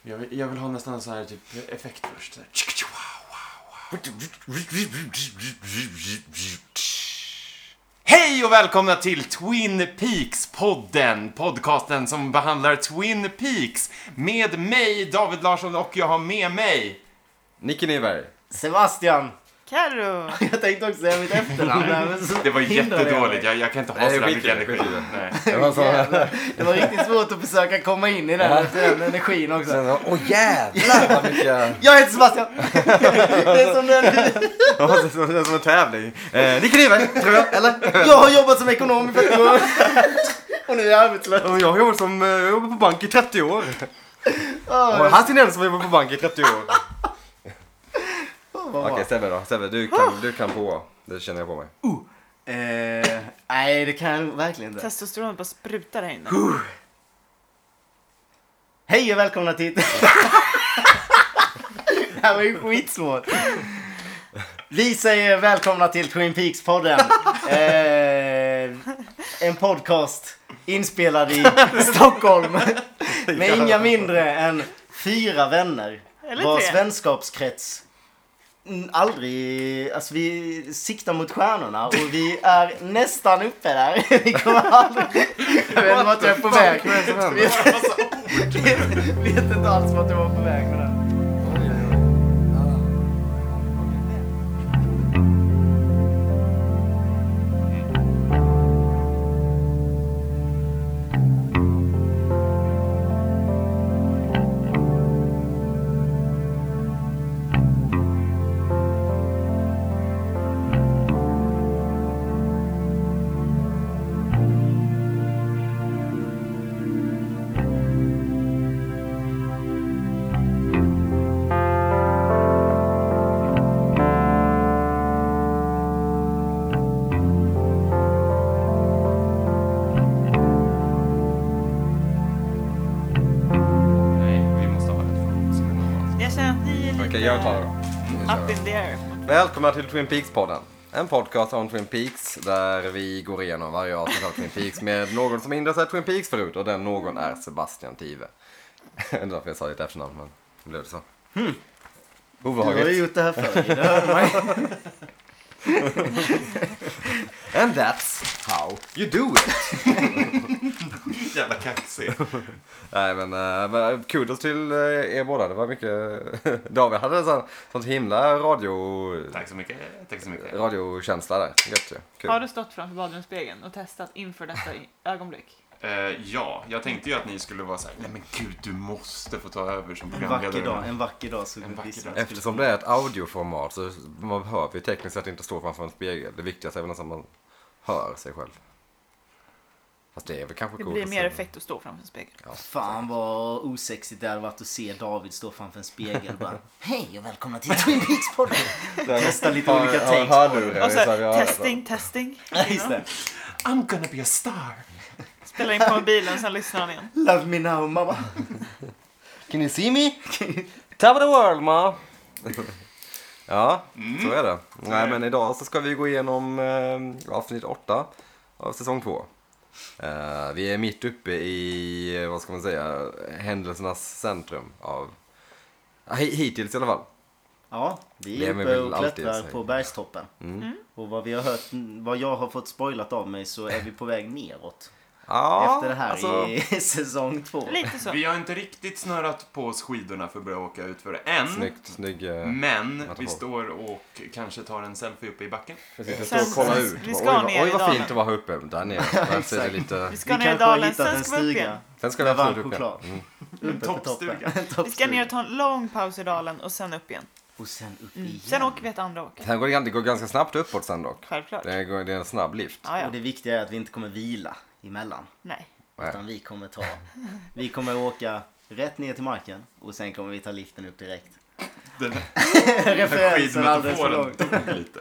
Jag vill ha nästan så här typ effekt först. Hej och välkomna till Twin Peaks-podden. Podcasten som behandlar Twin Peaks. Med mig, David Larsson, och jag har med mig Nicky Nyberg. Sebastian. Karo. Jag tänkte också säga mitt efternamn. Men så det var jättedåligt. Jag kan inte ha så mycket energi. Nej. Det var riktigt svårt att försöka komma in i den energin också. Jävlar vad mycket. Jag heter Sebastian. Det är som Det är som en tävling. Nicky Nyberg, tror jag, eller? Jag har jobbat som ekonom i 40 år. Och nu är jag arbetslös. Jag har jobbat på bank i 30 år. Han ser som jobbar på bank i 30 år. Okej, Sebbe då. Sebbe, du kan på. Det känner jag på mig. Nej, det kan jag verkligen inte. Testosteron bara sprutar här inne. Hej och välkomna till... Det här var ju skitsvårt. Vi säger välkomna till Twin Peaks-podden. En podcast inspelad i Stockholm. Med inga mindre än 4 vänner. Eller Vars 3. vänskapskrets aldrig... Alltså vi siktar mot stjärnorna och vi är nästan uppe där. Vi kommer aldrig... Jag vet inte vart jag är på väg. Vet inte alls vart jag var på väg med den. Jag tar det. Up in the air. Välkomna till Twin Peaks-podden. En podcast om Twin Peaks där vi går igenom varje avsnitt av Twin Peaks med någon som inte har sett Twin Peaks förut, och den någon är Sebastian Tive. Det är därför jag sa ditt efternamn, men det blev det så. Obehagligt. Du har ju gjort det här förr, det hör man. And that's how you do it. Jävla kaxig. Nej, men kudos till er båda. Det var mycket... David hade sånt himla Tack så mycket. radiokänsla där. Gött, ja. Kul. Har du stått framför badrumsspegeln och testat inför detta ögonblick? Ja, jag tänkte ju att ni skulle vara så här: nej men gud, du måste få ta över som programledare. En vacker dag så En vacker dag. Eftersom det är ett audioformat så man hör vi tekniskt sett inte stå framför en spegel. Det viktigaste är väl nästan att man hör sig själv. Fast det är väl kanske Det coolt blir att mer se. effekt att stå framför en spegel. Ja. Fan vad osexigt det hade varit att se David stå framför en spegel och bara hej och välkomna till Twin Peaks-podden. Testa lite olika takes. Och så testing. Ja, just det. I'm gonna be a star. Spela in på mobilen och sen lyssnar han igen. Love me now, mamma. Can you see me? Top of the world, ma. Ja, så är det. Nej, men idag så ska vi gå igenom avsnitt 8 av säsong 2. Vi är mitt uppe i, vad ska man säga, händelsernas centrum av, hittills i alla fall. Ja, vi Det är är väl uppe och alltid klättrar så. på bergstoppen. Och vad vi har hört, vad jag har fått spoilat av mig, så är vi på väg neråt. Ja, Efter det här alltså, i säsong 2. Lite så. Vi har inte riktigt snurrat på oss skidorna för att börja åka ut för det än. snygg. Men metafor. vi står och kanske tar en selfie uppe i backen. Precis, jag står och kollar ut. Vi ska ner Oj, i vad dalen. fint det var här uppe. Där nere. Där ser det lite... Vi ska ner i dalen, sen ska vi upp igen. Sen ska vi Med varm absolut upp choklad. igen. Uppe på Toppstuga. toppen. Vi ska ner och ta en lång paus i dalen och sen upp igen. Och sen upp igen. Sen åker vi ett andra åk. Sen det går ganska snabbt uppåt sen dock. Självklart. Det är en snabb lift. Ja. Och det viktiga är att vi inte kommer vila emellan. Nej. Nej. Utan vi kommer åka rätt ner till marken och sen kommer vi ta liften upp direkt. Den Referensen alldeles för långt. tog lite.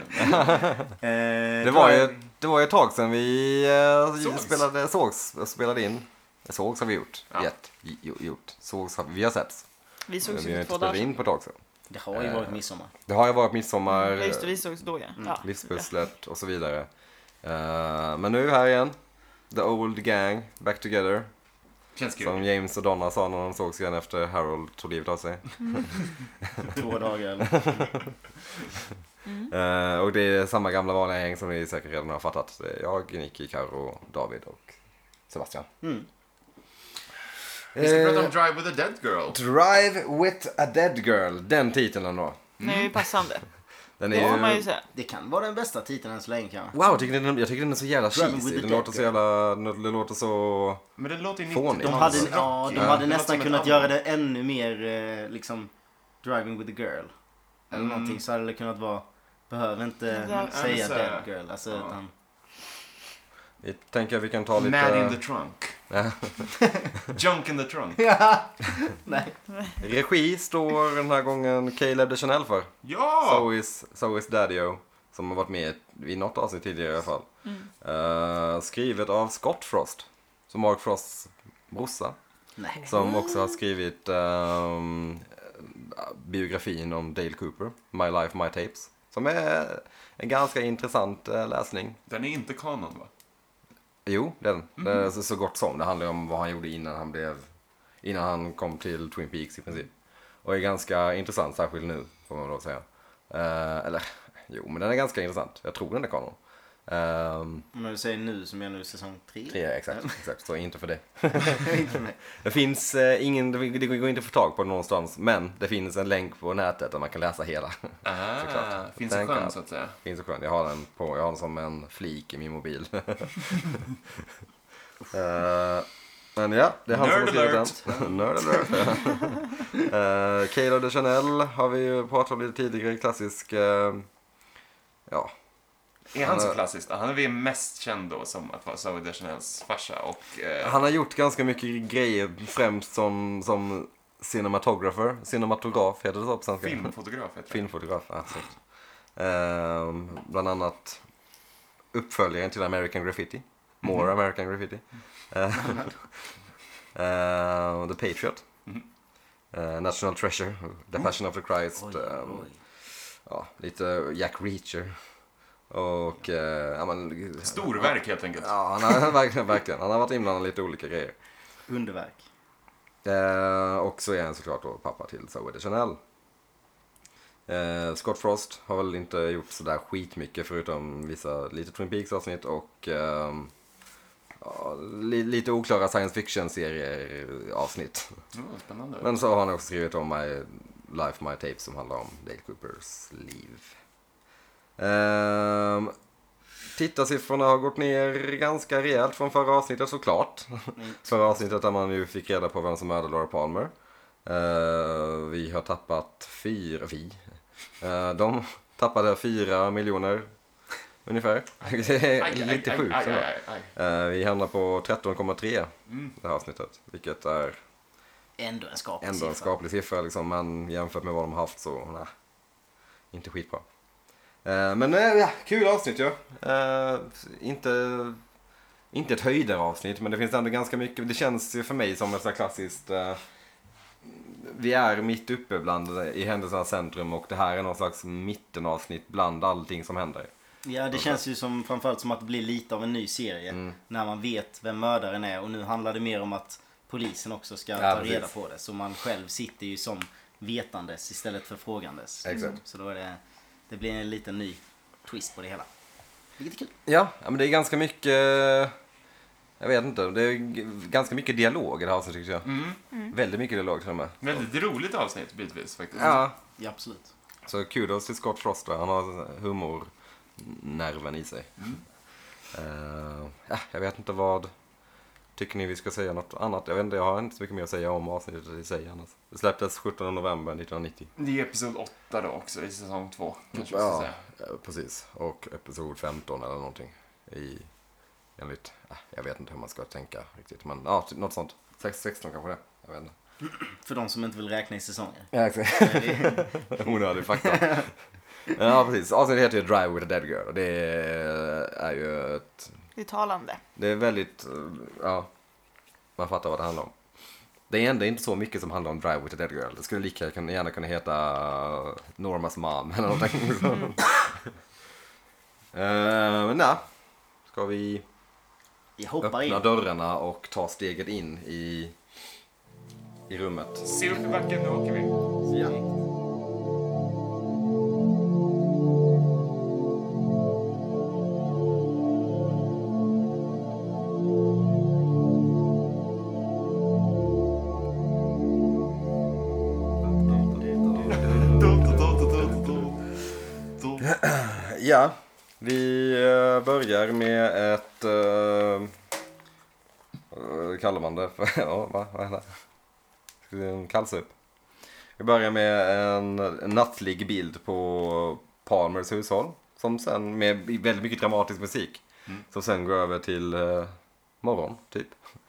Det var ju ett tag sedan vi spelade in. Sågs har vi gjort. Ja. Sågs har vi har sett. Vi sågs Vi har ju inte 2 dagar spelat in sedan. på ett tag sedan. Det har ju varit midsommar. Det har ju varit midsommar, Ja, just det, vi sågs då, ja. livspusslet och så vidare. Men nu är vi här igen. The old gang, back together. Känns kul. Som James och Donna sa när de såg igen efter Harold tog livet av sig. 2 dagar eller? Och det är samma gamla vanliga gäng som ni säkert redan har fattat. Det är jag, Nicky, Karo, David och Sebastian. Vi ska prata om Drive with a Dead Girl. Drive with a Dead Girl. Den titeln ändå. Den är ju passande. Den är Det får man ju ju... säga. Det kan vara den bästa titeln än så länge kanske. Wow, jag tycker den är så jävla Driving cheesy. with the Den låter så Dead jävla... Det låter så... Men det låter ju Fånigt. 90-tals De hade rock. Det nästan låter som kunnat ett göra album. det ännu mer liksom Driving with a Girl. Eller någonting, så hade det kunnat vara. Behöver inte Ja. säga Alltså, Dead Girl. Alltså, ja. utan, Vi tänker att vi kan ta lite... Man in the trunk. Ja. Junk in the trunk. nej. Regi står den här gången Caleb DeChanel för. Ja! So is Daddy-O. Som har varit med i något avsnitt tidigare i alla fall. Skrivet av Scott Frost. Som Mark Frosts brorsa. Nej. Som också har skrivit biografin om Dale Cooper. My Life, My Tapes. Som är en ganska intressant läsning. Den är inte kanon, va? Jo, den. Det är så gott som. Det handlar om vad han gjorde innan han kom till Twin Peaks i princip. Och är ganska intressant, särskilt nu, får man då säga. Men den är ganska intressant. Jag tror den är kanon. När du säger nu så menar du säsong 3? 3, exakt. Så inte för det. Inte för mig. Det finns det går inte att få tag på någonstans, men det finns en länk på nätet där man kan läsa hela. Såklart. Finns det skön så att säga. Finns det skön. Jag har den som en flik i min mobil. Men ja, det är han som har skrivit den. Nerd alert. Caleb DeChanel har vi ju pratat om lite tidigare, klassisk, Är han så klassisk? Han är väl mest känd då som att vara Zooey Deschanels farsa och... Han har gjort ganska mycket grejer, främst som cinematograf heter det så på svenska? Filmfotograf heter det. Filmfotograf, absolut. Bland annat uppföljaren till American Graffiti. More American Graffiti. The Patriot. National Treasure. The Passion of the Christ. Ja, lite Jack Reacher. Och Storverk helt enkelt. Ja, han har verkligen. Han har varit inblandad i lite olika grejer. Underverk. Och så är han såklart då pappa till Zooey Deschanel. Scott Frost har väl inte gjort sådär skitmycket förutom vissa lite Twin Peaks avsnitt och lite oklara science fiction serier avsnitt. Spännande. Men så har han också skrivit om My Life, My Tapes som handlar om Dale Coopers liv. Tittarsiffrorna har gått ner ganska rejält från förra avsnittet såklart. Förra avsnittet där man ju fick reda på vem som mördade Laura Palmer. Vi har tappat de tappade 4 miljoner ungefär. Det är lite sjukt. Vi hamnar på 13,3 det här avsnittet. Vilket är Ändå en skaplig siffra liksom, men jämfört med vad de har haft så nej, inte skitbra. Men kul avsnitt ju. Inte ett höjdaravsnitt, men det finns ändå ganska mycket. Det känns ju för mig som ett så klassiskt vi är mitt uppe i händelsernas centrum och det här är någon slags mittenavsnitt bland allting som händer. Ja, det känns ju som framförallt som att det blir lite av en ny serie när man vet vem mördaren är och nu handlar det mer om att polisen också ska ta reda på det, så man själv sitter ju som vetandes istället för frågandes. Exakt. Så då är det blir en liten ny twist på det hela. Vilket är kul. Ja, men det är ganska mycket, jag vet inte, det är ganska mycket dialog i det här avsnittet tycker jag. Väldigt mycket dialog till och med. Väldigt roligt avsnitt bitvis faktiskt. Ja, absolut. Så kudos till Scott Frost där. Han har humornerven i sig. Jag vet inte vad. Tycker ni vi ska säga något annat? Jag vet inte, jag har inte så mycket mer att säga om avsnittet i sig annars. Det släpptes 17 november 1990. Det är episod 8 då också i säsong 2. Kanske man ska säga. Precis. Och episod 15 eller någonting. Enligt, jag vet inte hur man ska tänka riktigt. Men typ något sånt. 16 kanske det. Jag vet inte. För de som inte vill räkna i säsonger. Ja, exakt. Onödig fakta. Ja, precis. Avsnittet heter ju Drive with a Dead Girl. Och det är ju ett... Det är talande. Det är väldigt, man fattar vad det handlar om. Det är ändå inte så mycket som handlar om Drive with a Dead Girl. Det skulle lika gärna kunna heta Normas Mom eller någonting. Men ska vi Vi hoppar in. öppnar dörrarna och tar steget in i rummet. Se upp i backen, nu åker vi. Ja. Ja, vi börjar med ett... kallar man det för... Ja, vad är det? En kallsup. Vi börjar med en nattlig bild på Palmers hushåll. Som sen med väldigt mycket dramatisk musik. Som sen går över till morgon, typ.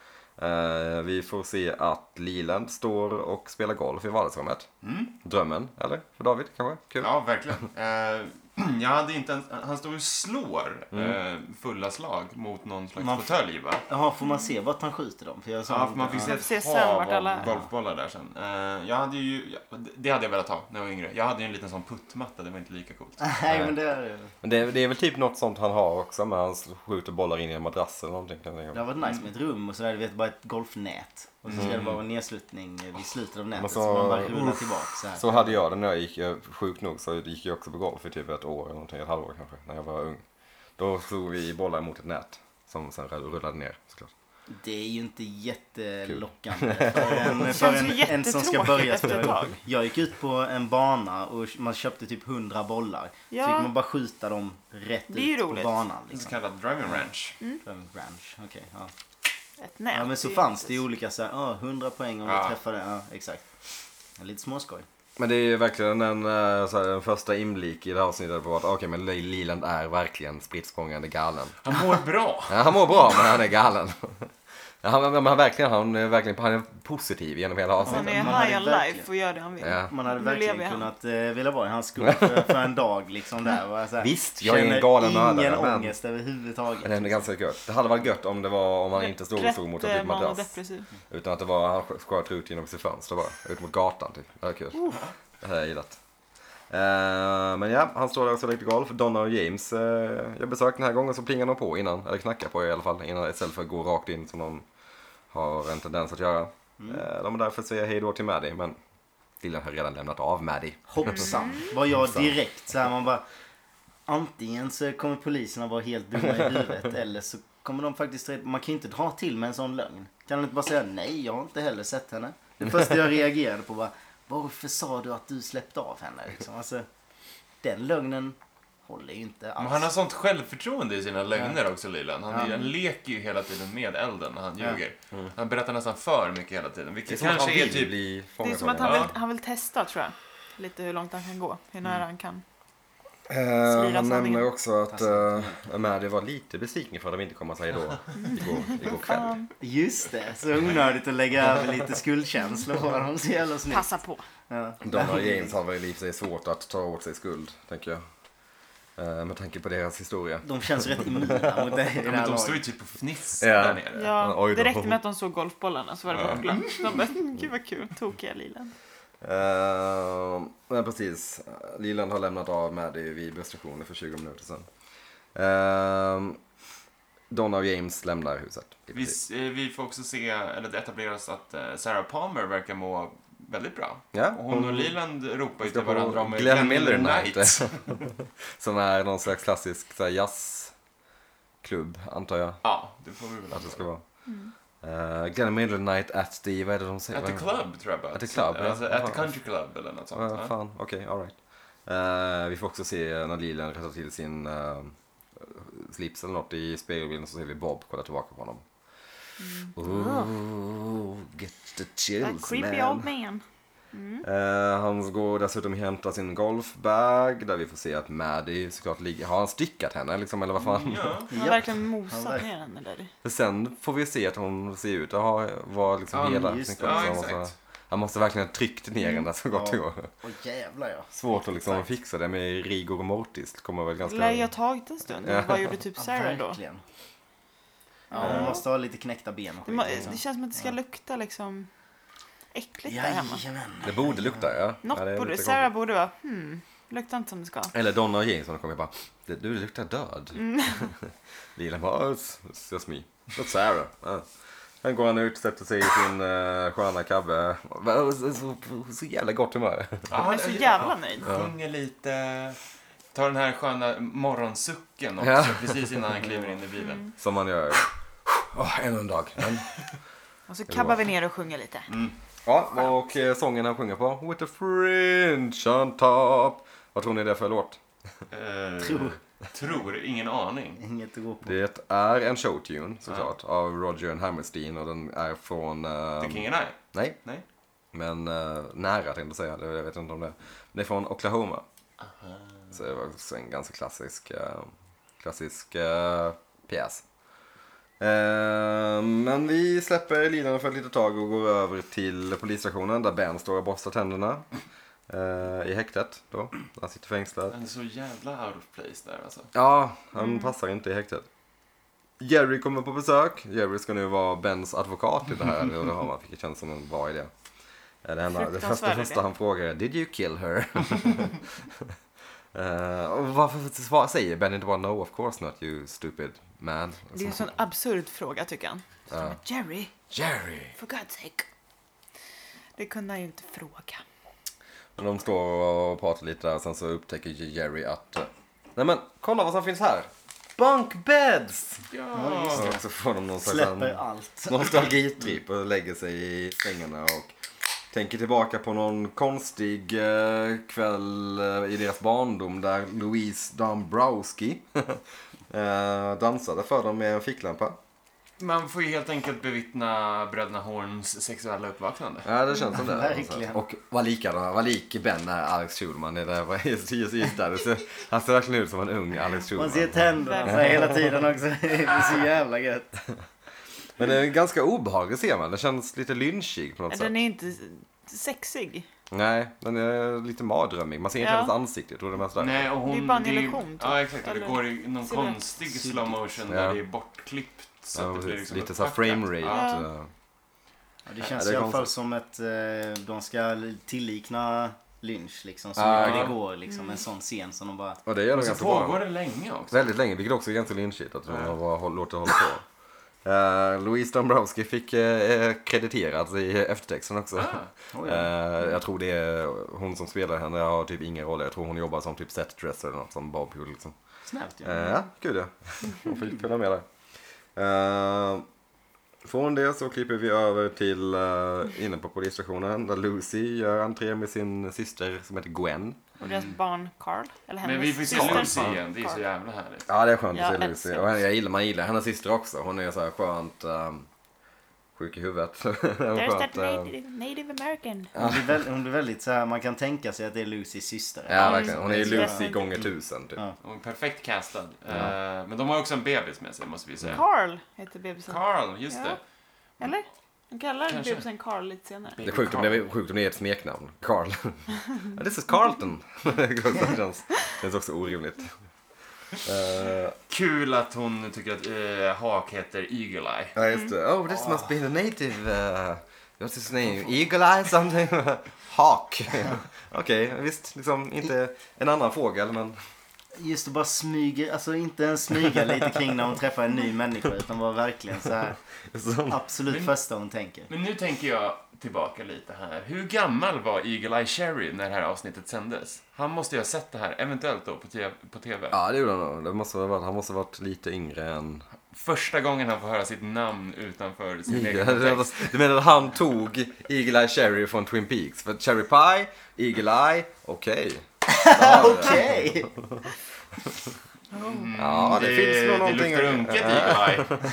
Vi får se att Leland står och spelar golf i vardagsrummet. Drömmen, eller? För David, kanske? Kul. Ja, verkligen. Jag hade inte ens, han står och slår fulla slag mot någon slags fåtölj, va? Jaha, får man se vart han skjuter dem? För jag Ja, för man fick se Man får se ett sen hav vart alla- av golfbollar där sen. Jag hade ju, det hade jag velat ha när jag var yngre. Jag hade ju en liten sån puttmatta, det var inte lika coolt. Nej, men det är... Men det är väl typ något sånt han har också, men han skjuter bollar in i en madrass eller någonting. Kan jag Det tänka har varit nice med ett rum och sådär, du vet, bara ett golfnät. Och så ska det bara vara en nedslutning vid slutet av nätet Men så, så- man bara rullar tillbaka så här. Så hade jag det när jag gick, sjukt nog, så gick jag också på golf i typ ett år eller någonting, ett halvår kanske, när jag var ung. Då slog vi bollar mot ett nät som sen rullade ner, såklart. Det är ju inte jättelockande för känns ju en som ska jättetråkigt börja efter ett spela. tag. Jag gick ut på en bana och man köpte typ 100 bollar. Ja. Så fick man bara skjuta dem rätt Det är ju ut på roligt. banan. En så Liksom. kallad driving range. Ranch, okej. Ja. Ett nät. Ja, men så fanns det ju olika så här, 100 poäng om Ja. du träffade. Ja, exakt. Lite småskoj. Men det är ju verkligen en första inblick i det här avsnittet på att okej, men Leland är verkligen spritt språngande galen. Han mår bra. Ja, han mår bra, men han är galen. Han är verkligen positiv genom hela Han avsnittet. är Man hade high on verkligen- life och gör det han vill. Ja. Man hade Nu verkligen lever han. kunnat vilja vara i hans skull för en dag liksom där. Och så här, Visst, jag är en känner galen ingen mördare, men- ångest överhuvudtaget. Men det är ganska gött. Det hade varit gött om han inte stod mot en typ madrass. depressiv. Utan att det var han sköt ut genom sitt fönster bara. Ut mot gatan typ. Det är kul. Det här har jag gillat. Men ja, han står där och spelar lite golf. Donna och James. Jag besökte den här gången så plingar de på innan. Eller knackar på i alla fall. Innan istället för att gå rakt in som de har en tendens att göra. De är där för att säga hej då till Maddie. Men Dylan har redan lämnat av Maddie. Hoppsan. Var jag direkt så här, man bara... Antingen så kommer poliserna vara helt dumma i huvudet eller så kommer de faktiskt... Man kan ju inte dra till med en sån lögn. Kan de inte bara säga nej, jag har inte heller sett henne. Det första jag reagerade på var varför sa du att du släppte av henne? Liksom. Alltså, den lögnen håller ju inte alls. Men han har sånt självförtroende i sina lögner också, Leland. Han leker ju hela tiden med elden när han ljuger. Han berättar nästan för mycket hela tiden. Det är Vilket som att han kanske är vill typ... bli Det är som att fångatagen. han vill testa, tror jag. Lite hur långt han kan gå. Hur nära han kan. Han sanningen. nämner också att Maddie var lite besviken för att de inte kom att säga då igår kväll. Just det, så onödigt att lägga över lite skuldkänslor på dem. Så jävla snyggt. Passa på. Ja. Donna och James har väl i och för sig svårt att ta åt sig skuld, tänker jag. Med tanke på deras historia. De känns rätt immuna mot det i Ja, det men här de står ju laget. typ och fniss Ja. där nere. Ja, Oj då. det räckte med att de såg golfbollarna så var det bortglömt. De bara, gud vad kul, tokiga Lilan. Men precis. Leland har lämnat av Maddie vid busstationen för 20 minuter sedan. Donna och James lämnar huset. Vi får också se, eller det etableras att Sarah Palmer verkar må väldigt bra. Ja, Och hon och Leland ropar ju ska till på varandra om Glenn Miller Night. Som är någon slags klassisk så här, jazzklubb, antar jag Ja, det får vi väl att det ska anta. vara. Glenn Miller Night at the, vad är det de säger? At the club, tror jag bara. At the club, ja. Alltså, at the country club eller något sånt. Ja. Fan, okej, alright. Vi får också se när Leland rättar till sin slips eller något i spegelbilden, så ser vi Bob kolla tillbaka på honom. Ooh, get the That chills, creepy man. old man. Han går dessutom och hämtar sin golfbag där vi får se att Maddie såklart ligger. Har han styckat henne liksom, eller vad fan? Ja. Han har verkligen mosat ner henne där. För sen får vi se att hon ser ut att vara liksom Ja, hela just sin det. kropp. Ja, Så han exakt. måste- Han måste verkligen ha tryckt ner henne så gott det går. Åh jävlar ja. Svårt att liksom Exakt. fixa det med rigor mortis. Kommer väl Det ganska... lär ju ha tagit en stund. Ja. Vad gjorde typ Sarah då? Verkligen. Ja, hon måste ha lite knäckta ben och Det, skit, må, liksom. det känns som att det ska lukta äckligt där hemma. Jajamän. Det borde lukta, ja. Något Ja, det är borde, lite Sarah konstigt. borde vara, Luktar inte som det ska. Eller Donna och James som kommer bara, du luktar död. Lila bara, it's me. That's Sarah. Sen går han ut, sätter sig i sin sköna kabbe. Så jävla gott humör. Han är så jävla nöjd. Sjunger lite. Tar den här sköna morgonsucken också precis innan han kliver in i bilen. Som man gör. Ännu en dag. Och så kabbar vi ner och sjunger lite. Ja, och sången han sjunger på. With a fringe on top. Vad tror ni det är för låt? Tror, ingen aning. Inget att gå på. Det är en showtune såklart av Roger and Hammerstein och den är från... The King and I? Nej. Nej. Men nära tänkte jag säga, jag vet inte om det. Det är från Oklahoma. Så det var också en ganska klassisk pjäs. Men vi släpper linan för ett litet tag och går över till polisstationen där Ben står och borstar tänderna. I häktet då. Han sitter fängslad. Han är så jävla out of place där alltså. Ja, han passar inte i häktet. Jerry kommer på besök. Jerry ska nu vara Bens advokat i det här. Och det har man, vilket känns som en bra idé. Det första han frågar är, did you kill her? Och varför säger Ben inte bara no, of course not, you stupid man? Det är en sån absurd fråga tycker han. Jerry, for God's sake. Det kunde han ju inte fråga. Men de står och pratar lite där, sen så upptäcker Jerry att nej men, kolla vad som finns här. Bunk beds! Ja. Och så får de någon Släpper allt. nostalgitripp och lägger sig i sängarna och tänker tillbaka på någon konstig kväll i deras barndom där Louise Dombrowski dansade för dem med en ficklampa. Man får ju helt enkelt bevittna bröderna Horns sexuella uppvaknande. Ja, det känns som det. Verkligen. Och vad lik Ben är Alex Schulman. Det där var just där. Han ser verkligen ut som en ung Alex Schulman. Man ser tänderna så hela tiden också. Det är så jävla gött. Men det är ganska obehaglig ser man. Det känns lite lynchig på något sätt. Den är inte sexig. Nej, den är lite mardrömmig. Man ser inte hennes ansikte, tror jag det mest där. Nej, och hon, det är bara en illusion. Typ. Ja, exakt. Och det Eller går i någon konstig slow motion där det är bortklippt. Så att det blir liksom lite så frame rate. Ja. Ja, det känns i alla fall som att de ska tillikna Lynch liksom. Så det går liksom en sån scen som de bara... Och det gör de så ganska pågår bra. det länge också. Väldigt länge, vilket också är ganska lynchigt att de låter hålla på. Louise Dombrowski fick krediterat i eftertexten också. Jag tror det är hon som spelar henne. Jag har typ ingen roll. Jag tror hon jobbar som typ setdresser eller något som Bob Hull liksom. Snällt ju. Ja, gud ja. Hon fick följa med där. Från det så klipper vi över till inne på polisstationen där Lucy gör entré med sin syster som heter Gwen. Och deras barn Carl. Eller hennes Men vi får se syster. Lucy igen. Det är så jävla härligt. Ja, det är skönt att se Jag Lucy. älskar Och man gillar hennes syster också. Hon är så här skönt sjuk i huvudet. There's that native American. Hon blir väldigt så här, man kan tänka sig att det är Lucys syster. Ja, verkligen. Hon är ju Lucy Definitivt. gånger 1000 typ. Ja. Hon är perfekt castad. Men de har också en bebis med sig, måste vi säga. Carl heter bebisen. Carl, just det. Eller? De kallar Kanske. bebisen Carl lite senare. Det är sjukt om det är ett smeknamn. Carl. This is Carlton. Det känns också orimligt. Kul att hon tycker att Hawk heter Eagle Eye. Ja, just det. Oh, this must be the native... what's his name? Eagle Eye something? Hawk. Okej, visst. Liksom inte en annan fågel, men... Just att bara smyga, alltså inte ens smyga lite kring när hon träffar en ny människa utan var verkligen så här absolut första hon tänker. Men nu tänker jag tillbaka lite här. Hur gammal var Eagle Eye Cherry när det här avsnittet sändes? Han måste ju ha sett det här, eventuellt då på TV. Ja, det gjorde han nog. Han måste ha varit lite yngre än... Första gången han får höra sitt namn utanför sin egen kontext. Du menar att han tog Eagle Eye Cherry från Twin Peaks? För Cherry Pie, Eagle Eye, okej. Okej! Ja, det finns nog någonting. Det luktar unket Eagle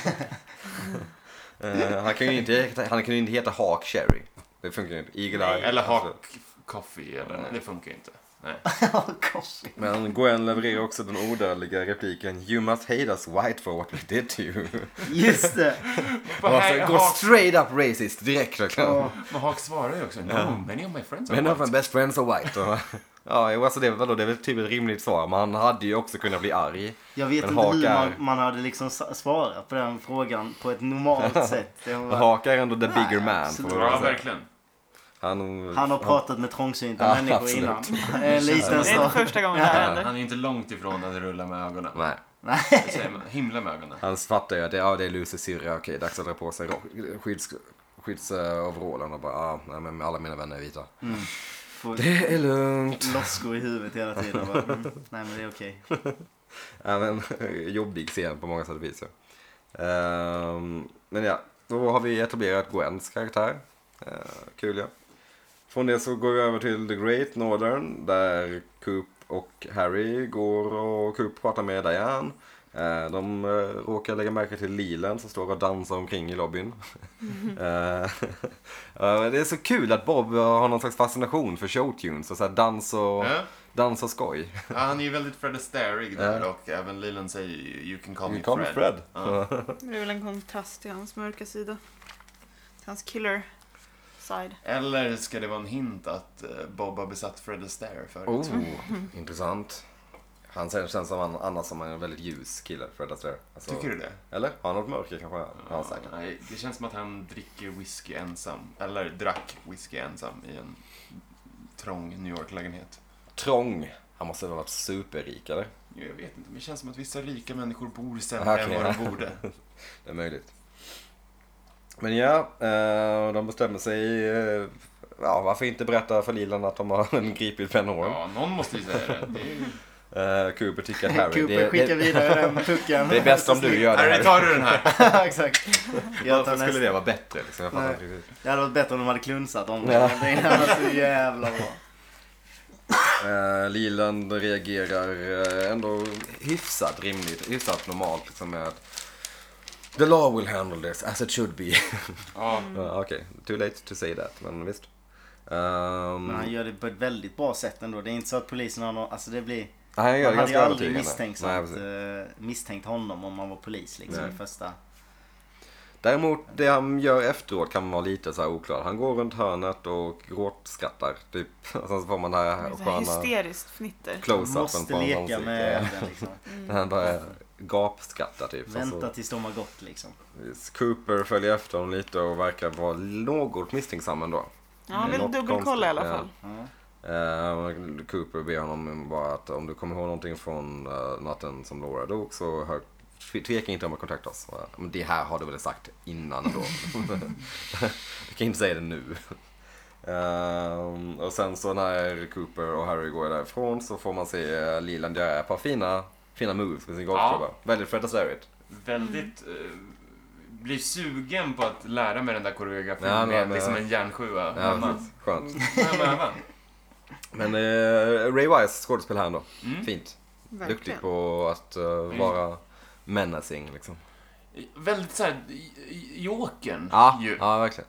Eye. Han kan ju inte heta Hawk Cherry. Det funkar ju inte. Eagle Eye. Eller Hawk Coffee, eller det funkar ju inte. Nej. Men Gwen levererar också den odödliga repliken You must hate us white for what we did to you. Just det! Gå straight up racist direkt. Men Hawk svarar ju också No, many of my friends are Men of my white. best friends are white. Ja, alltså det är väl typ ett rimligt svar. Men han hade ju också kunnat bli arg. Jag vet Men inte hur Hawk man hade liksom svarat på den frågan på ett normalt sätt. Det var... Hawk är ändå the bigger man. absolut. Får man Ja, säga. verkligen. Han har pratat med trångsynta människor absolut. innan. En liten Det är inte sak. första gången det här händer. Han är ju inte långt ifrån att rulla med ögonen. Nej. Det säger man. Himla med ögonen. Han fattar ju att det är Lucy syrra. Okej, dags att dra på sig skyddsoverallen och bara, nej, men alla mina vänner är vita. Får Det är lugnt. loskor i huvudet hela tiden. Bara, nej men det är okej. Ja, men jobbig scen på många sätt och vis. Men ja, då har vi etablerat Gwens karaktär. Kul ja. Från det så går vi över till The Great Northern där Coop och Harry går och Coop pratar med Diane. De råkar lägga märke till Leland som står och dansar omkring i lobbyn. Det är så kul att Bob har någon slags fascination för showtunes och så här dans och skoj. Ja, han är ju väldigt Fred Astaire där och även Leland säger You can call me Fred. Ja. Det är väl en kontrast till hans mörka sida. Till hans killer side. Eller ska det vara en hint att Bob har besatt Fred Astaire förut? Intressant. Han känns som annars som en väldigt ljus kille, Fred Astaire. Alltså, Tycker du det? eller? Har han något mörker kanske? Ja, säkert. Nej, det känns som att han dricker whisky ensam. Eller drack whisky ensam i en trång New York-lägenhet. Trång. Han måste ha varit superrik, eller? Jag vet inte, men det känns som att vissa rika människor bor sämre än vad de borde. Det är möjligt. Men ja, de bestämmer sig. Varför inte berätta för Leland att de har gripit Ben Horn? Ja, någon måste ju säga det. Cooper tycker att Harry... Cooper skickar vidare den pucken. Det är bäst om du gör det Harry, här. tar du den här? Exakt. Varför skulle det vara bättre? Liksom? Jag fattar inte riktigt. Det hade varit bättre om de hade klunsat om det. Ja. Det var så jävla bra. Leland reagerar ändå hyfsat rimligt, hyfsat normalt liksom med The law will handle this as it should be. Ja. Okej, too late to say that, men visst. Men han gör det på ett väldigt bra sätt ändå. Det är inte så att polisen har någon, alltså det blir... Han gör Man hade ju ganska aldrig övertygande. misstänkt honom om man var polis liksom i första... Däremot, det han gör efteråt kan vara lite så här oklart. Han går runt hörnet och gråtskrattar, typ. Och sen så får man det här Så här hysteriskt fnitter. close-upen Måste på hans leka ansikte. med den liksom. Han bara gapskrattar typ. Vänta tills de har gått liksom. Cooper följer efter honom lite och verkar vara något misstänksam ändå. Ja, han vill Något dubbelkolla i alla konstigt, fall. Cooper ber honom bara att om du kommer ihåg någonting från natten som Laura dog så tveka inte om att kontakta oss. Men det här har du väl sagt innan då. Du kan inte säga det nu. Och sen så när Cooper och Harry går därifrån så får man se Leland göra ett par fina moves med sin golfklubba. Väldigt Fred Astaire. Väldigt... blir sugen på att lära mig den där koreografin med liksom en järnsjua hemma. Skönt. Hemma. Men Ray Wise skådespel här ändå. Fint. Verkligen. Duktig på att vara menacing liksom. Väldigt såhär Jokern ju. Ja, verkligen.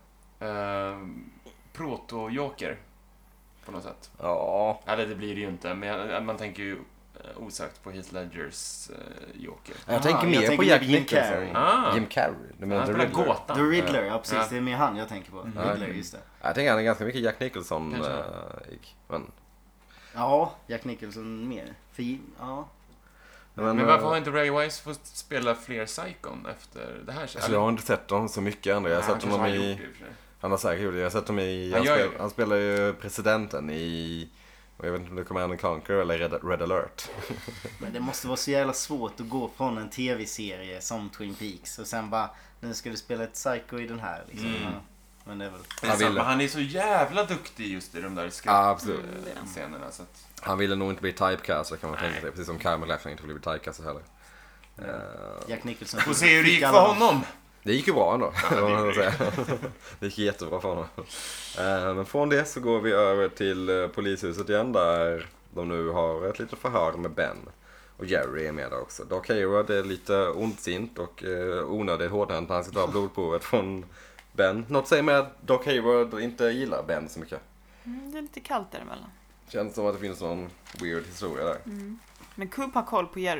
Proto-joker på något sätt. Ja. Eller det blir det ju inte, men man tänker ju osökt på Heath Ledgers Joker. Jag tänker mer på Jack Jim Nicholson. Carrey. Jim Carrey. Du menar Han The spelar Riddler? gåtan. The Riddler, ja precis. Ja. Det är mer han jag tänker på. Riddler, just det. Jag tänker han är ganska mycket Jack Nicholson. Men Ja, Jack Nicholson mer. Ja. Men varför har inte Ray Wise fått spela fler Psychon efter det här? Så jag har inte sett dem så mycket ändå. Jag har sett kanske honom har i... gjort det i och för sig. Han har säkert gjort det. Jag har sett dem i... Han spelar ju presidenten i... Jag vet inte om det kommer Command & Conquer eller Red Alert. Men det måste vara så jävla svårt att gå från en tv-serie som Twin Peaks och sen bara, nu ska du spela ett psycho i den här liksom. Ja. Men det är väl... Men han är så jävla duktig just i de där absolut. scenerna. Så att... Han ville nog inte bli typecast, kan man tänka sig. Precis som Carmel Laffin inte ville bli typecast heller. Jack Nicholson. Får se hur det gick för honom. Det gick ju bra ändå. Det gick jättebra för honom. Men från det så går vi över till polishuset igen där de nu har ett litet förhör med Ben. Och Jerry är med där också. Doc Hayward är lite ondsint och onödigt hårdhänt när han ska ta blodprovet från Ben. Något säger mig att Doc Hayward inte gillar Ben så mycket. Det är lite kallt däremellan. Känns som att det finns någon weird historia där. Men Coop har koll på Jerry.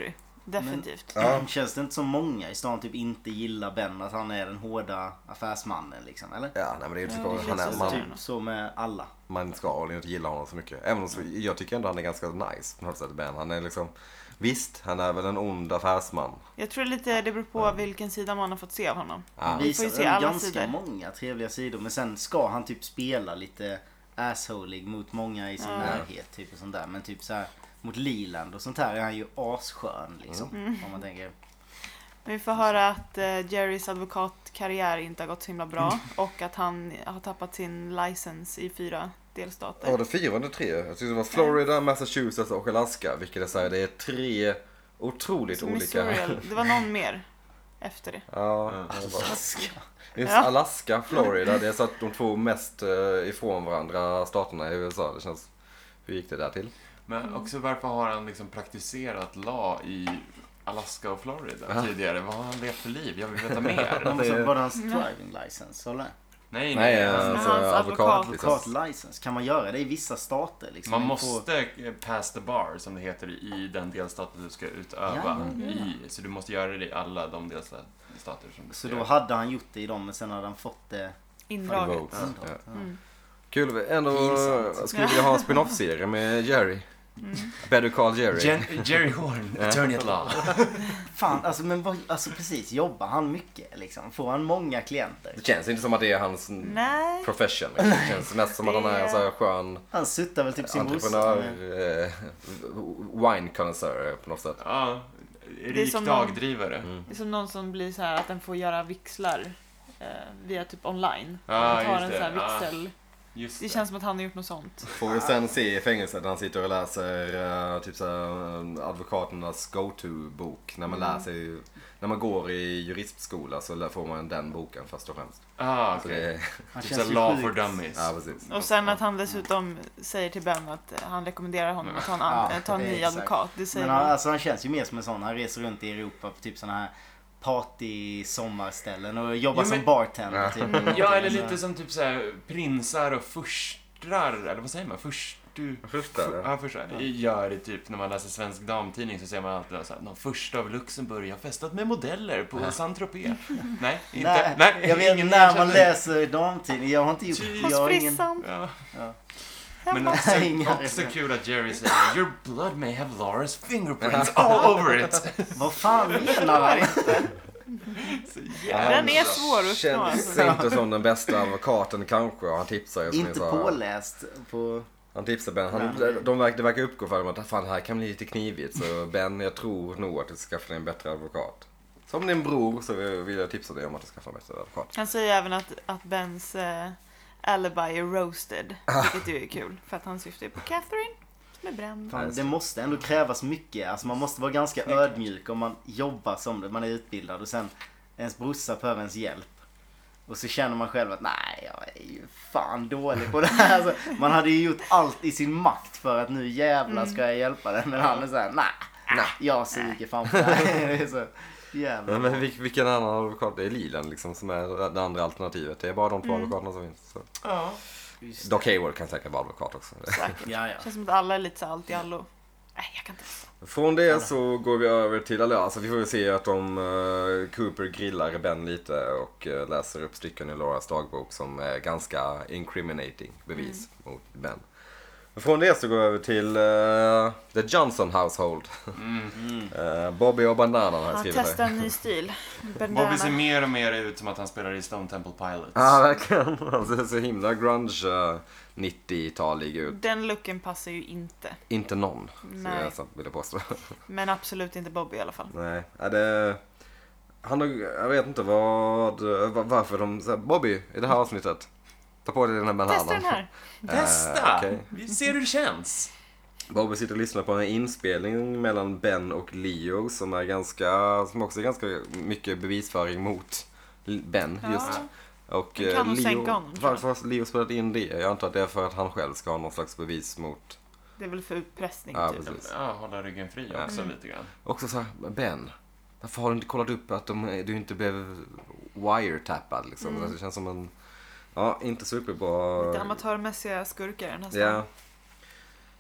Definitivt. Ja. Känns det inte som många i stan typ inte gillar Ben, att han är den hårda affärsmannen liksom, eller? Ja, nej, men det är inte Ja, så. det känns Man, så. Typ så med alla. man ska väl inte gilla honom så mycket. Även om jag tycker ändå han är ganska nice på något sätt, Ben. Han är liksom, visst, han är väl en ond affärsman. Jag tror lite det beror på vilken sida man har fått se av honom. Ja. Vi får ju se Visar alla ganska sidor. många trevliga sidor, men sen ska han typ spela lite assholig mot många i sin närhet typ och sånt där. Men typ så här mot Leland och sånt här är han ju asskön liksom. Om man tänker. Vi får höra att Jerrys advokatkarriär inte har gått så himla bra och att han har tappat sin license i 4 delstater. Ja, det 4 eller 3. Jag tyckte det var Florida, Massachusetts och Alaska. Vilket är så här, det är 3 otroligt Så olika. Missouri, det var någon mer efter det. Ja, Alaska. just Ja. Alaska, Florida. Det är så att de 2 mest ifrån varandra staterna i USA. Det känns, hur gick det där till? Men också varför har han liksom praktiserat lag i Alaska och Florida tidigare? Vad har han levt för liv? Jag vill veta mer. Var det hans driving license eller? Nej. Alltså, Hans advokatlicens. Advokatlicens. Kan man göra det i vissa stater liksom? Man måste pass the bar, som det heter, i den delstaten du ska utöva i. Så du måste göra det i alla de delstater som du Så ska då göra. hade han gjort det i dem, men sen hade han fått det Indraget. Votes. Ja. Mm. Kul, ändå Pinsamt. skulle vilja ha en spin-off-serie med Jerry. Better Call Jerry. Jerry Horn, attorney at law. Fan, alltså men alltså precis, jobbar han mycket liksom? Får han många klienter? Det känns inte som att det är hans Nej. profession. Liksom. Det känns mest som att han är en så här skön Han suttar väl typ sin entreprenör, brorsa. wine connoisseur på något sätt. Ja, Det är rik som dagdrivare. Det är som någon som blir så här att den får göra vixlar via typ online. Ja, Man tar just en det. så här vixel. Just Det känns som att han har gjort något sånt. Får vi sen se i fängelset när han sitter och läser typ så här, advokaternas go-to-bok. När man läser, när man går i juristskola så får man den boken först och främst. Ah, Så okej. det är, Han Typ känns så ju law sjukt. for dummies. ja, precis. Och sen att han dessutom säger till Ben att han rekommenderar honom att ta en ny exakt. advokat. Det säger Men han, han. alltså, han känns ju mer som en sån. Han reser runt i Europa på typ såna här party-sommarställen och jobbar Jo, men- som bartender. Typ, Ja, eller lite som typ såhär prinsar och furstrar, eller vad säger man? Furstar. Furstar. Det gör det typ när man läser Svensk Damtidning, så ser man alltid såhär, någon första av Luxemburg har festat med modeller på Saint-Tropez. Nej, inte. Nej, jag vet ingen när man erkänner. läser damtidning. Jag har inte gjort Hos jag Hos har ingen, frissan. Ja. Ja. Men Inga också kul att Jerry säger Your blood may have Laura's fingerprints all over it. Vad fan menar han? Så Den är svår att uppnå. Känns Alltså. inte som den bästa advokaten kanske. Han tipsar ju som jag Inte sa. påläst på... Han tipsar Ben. Det verkar uppgå för dem att fan, det här kan bli lite knivigt. Så Ben, jag tror nog att du ska skaffa dig en bättre advokat. Som din bror så vill jag tipsa dig om att du ska skaffa en bättre advokat. Han säger även att Bens alibi är roasted. Vilket ju är kul. För att han syftar på Catherine som är bränd. Fan, det måste ändå krävas mycket. Alltså man måste vara ganska ödmjuk om man jobbar som det. Man är utbildad och sen ens brorsa behöver ens hjälp. Och så känner man själv att nej, jag är ju fan dålig på det här. Alltså, man hade ju gjort allt i sin makt för att nu jävlar ska jag hjälpa den. Men han är såhär, nej, jag suger fan på det här. Det är så jävla. Men vilken annan advokat? Det är Leland liksom som är det andra alternativet. Det är bara de 2 advokaterna som finns. Så. Ja. Doc Hayward kan säkert vara advokat också. Säkert. Ja. Känns som att alla är lite så allt i allo. Nej, jag kan inte. Från det så går vi över till, alltså vi får ju se att Cooper grillar Ben lite och läser upp stycken i Lauras dagbok som är ganska incriminating bevis mot Ben. Från det så går vi över till The Johnson Household. Bobby och Bananen har jag Han skrivit här. testar en ny stil. Bobby ser mer och mer ut som att han spelar i Stone Temple Pilots. Ja, verkligen. Han ser så himla grunge 90-talig ut. Den looken passar ju inte. Inte någon, Nej. vill jag påstå. Men absolut inte Bobby i alla fall. Nej, jag vet inte varför de så här, Bobby, i det här avsnittet, ta på dig den här bananen. Testa den här. Testa! okej. Vi ser hur det känns. Bobby sitter och lyssnar på en inspelning mellan Ben och Leo som också är ganska mycket bevisföring mot Ben just. Och Den kan nog sänka honom, tror jag. varför har Leo spelat in det? Jag antar att det är för att han själv ska ha någon slags bevis mot. Det är väl för utpressning Ja, typ. precis. Ja, hålla ryggen fri också lite grann. Också så här, Ben, varför har du inte kollat upp att du inte blev wiretappad liksom? Det känns som en, inte superbra. Lite amatörmässiga skurkar i den här stan. Ja.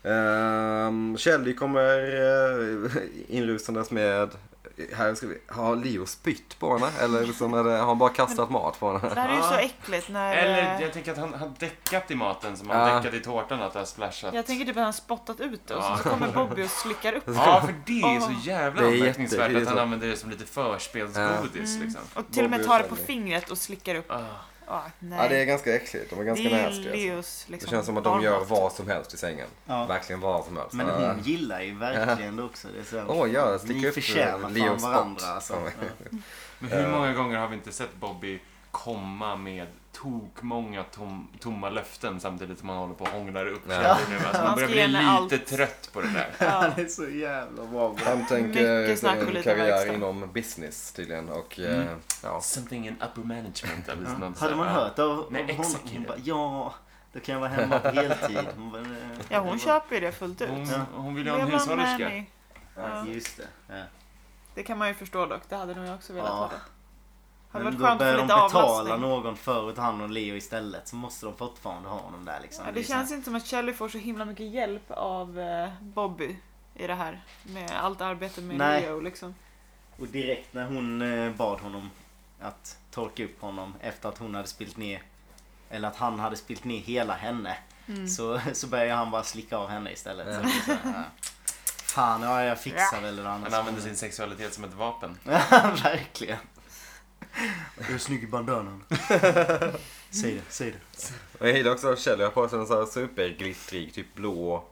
Shelly kommer inrusandes med... Här ska vi... Har Leo spytt på henne? Eller liksom har han bara kastat mat på henne? Det här är ju så äckligt när... Eller jag tänker att han har däckat i maten som han däckat i tårtan, att det har splashat. Jag tänker typ att han spottat ut det och så kommer Bobby och slickar upp. Ja, för det är så jävla Det är anmärkningsvärt att han så. använder det som lite förspelsgodis liksom. Och till och med tar det på Bobby och fingret och slickar upp. Nej. Ja, det är ganska äckligt. De är ganska det är nasty. Leos, liksom, Det känns som att de gör barnmat. vad som helst i sängen. Ja. Verkligen vad som helst. Men hon gillar ju verkligen det också. Det är så här, Ja, sticka ni upp förtjänar fan Leos varandra. spott. Alltså. Ja. Men hur många gånger har vi inte sett Bobby komma med många tomma löften samtidigt som man håller på och hånglar upp Ja. Shelly nu. Alltså man Han börjar ska bli ge lite henne allt. trött på det där. Han är så jävla bra. Han tänker Mycket snack och en lite karriär verkstad. inom business tydligen. Och, ja. Something in upper management. Eller något Hade sånt. man hört av Nej, honom? executive. Hon bara, ja, då kan jag vara hemma på heltid. Hon bara, Ja, hon köper ju det fullt ut. Hon vill ju ha en Leva hushållerska. nanny. Ja, just det. Ja. Det kan man ju förstå dock. Det hade nog jag också velat Ja. ha det. Hade Men varit då skönt att börjar få de lite betala avlastning. någon för att ta hand om Leo istället, så måste de fortfarande ha honom där liksom. Ja, det känns inte som att Shelly får så himla mycket hjälp av Bobby i det här. Med allt arbete med Nej. Leo liksom. Och direkt när hon bad honom att torka upp honom efter att hon hade spilt ner, eller att han hade spilt ner hela henne, så börjar han bara slicka av henne istället. Så det är så här, ja. Fan, ja, jag fixar väl det annars. Han använder sin sexualitet som ett vapen. Verkligen. Jag är snygg i bandanan. Säg det. Och jag gillar också att Shelly har på sig en sån här superglittrig, typ blå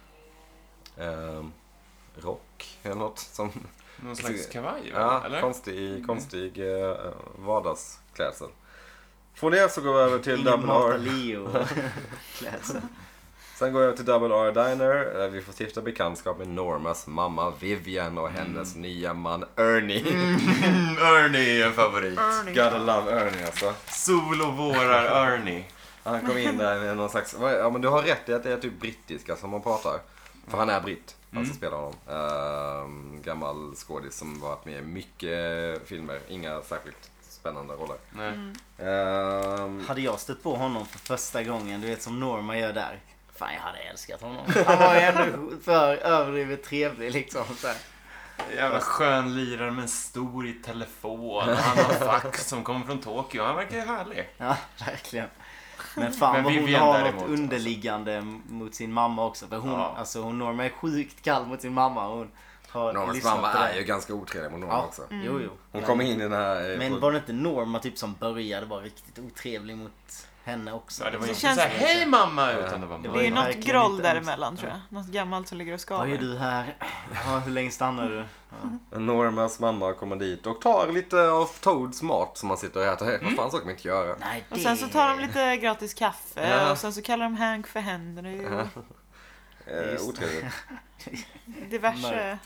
rock eller något som... Någon slags kavaj, Ja, eller? konstig vardagsklädsel. Från det så går vi över till Ingen Double matar R. Leo klädsel. Sen går jag över till Double R Diner där vi får stifta bekantskap med Normas mamma Vivian och hennes nya man Ernie. Ernie är en favorit. Ernie. Gotta love Ernie alltså. Sol och vårar Ernie. Han kom in där med någon slags... Ja, men du har rätt i att det är typ brittiska som man pratar. För han är britt, han som spelar honom. Gammal skådis som varit med i mycket filmer. Inga särskilt spännande roller. Nej. Hade jag stött på honom för första gången, du vet som Norma gör där. Fan, jag hade älskat honom. Han var ju ändå för överdrivet trevlig liksom. Så här. Jävla skön lirare med en stor i telefon. Han har fax som kommer från Tokyo. Han verkar härlig. Ja, verkligen. Men fan Men vad hon Vivian har däremot, något alltså. underliggande mot sin mamma också. För hon Norma är sjukt kall mot sin mamma. Hon har Normas lyssnat mamma på det. är ju ganska otrevlig mot Norma Ja, också. jo. Hon kom in i den här... Men var det inte Norma typ som började vara riktigt otrevlig mot henne också? Ja, det var ju Det inte känns- såhär, hej mamma! Utan det var Det Det är ju ju något verkligen groll inte däremellan tror jag. Något gammalt som ligger och Vad gör skaver. du här? Ja, hur länge stannar du? Ja. Normas mamma kommer dit och tar lite av Toads mat som man sitter och äter. Vad fan så kan man inte göra. Nej, Och sen så tar de lite gratis kaffe Ja. och sen så kallar de Hank för Henry och Just det. Otrevligt. diverse.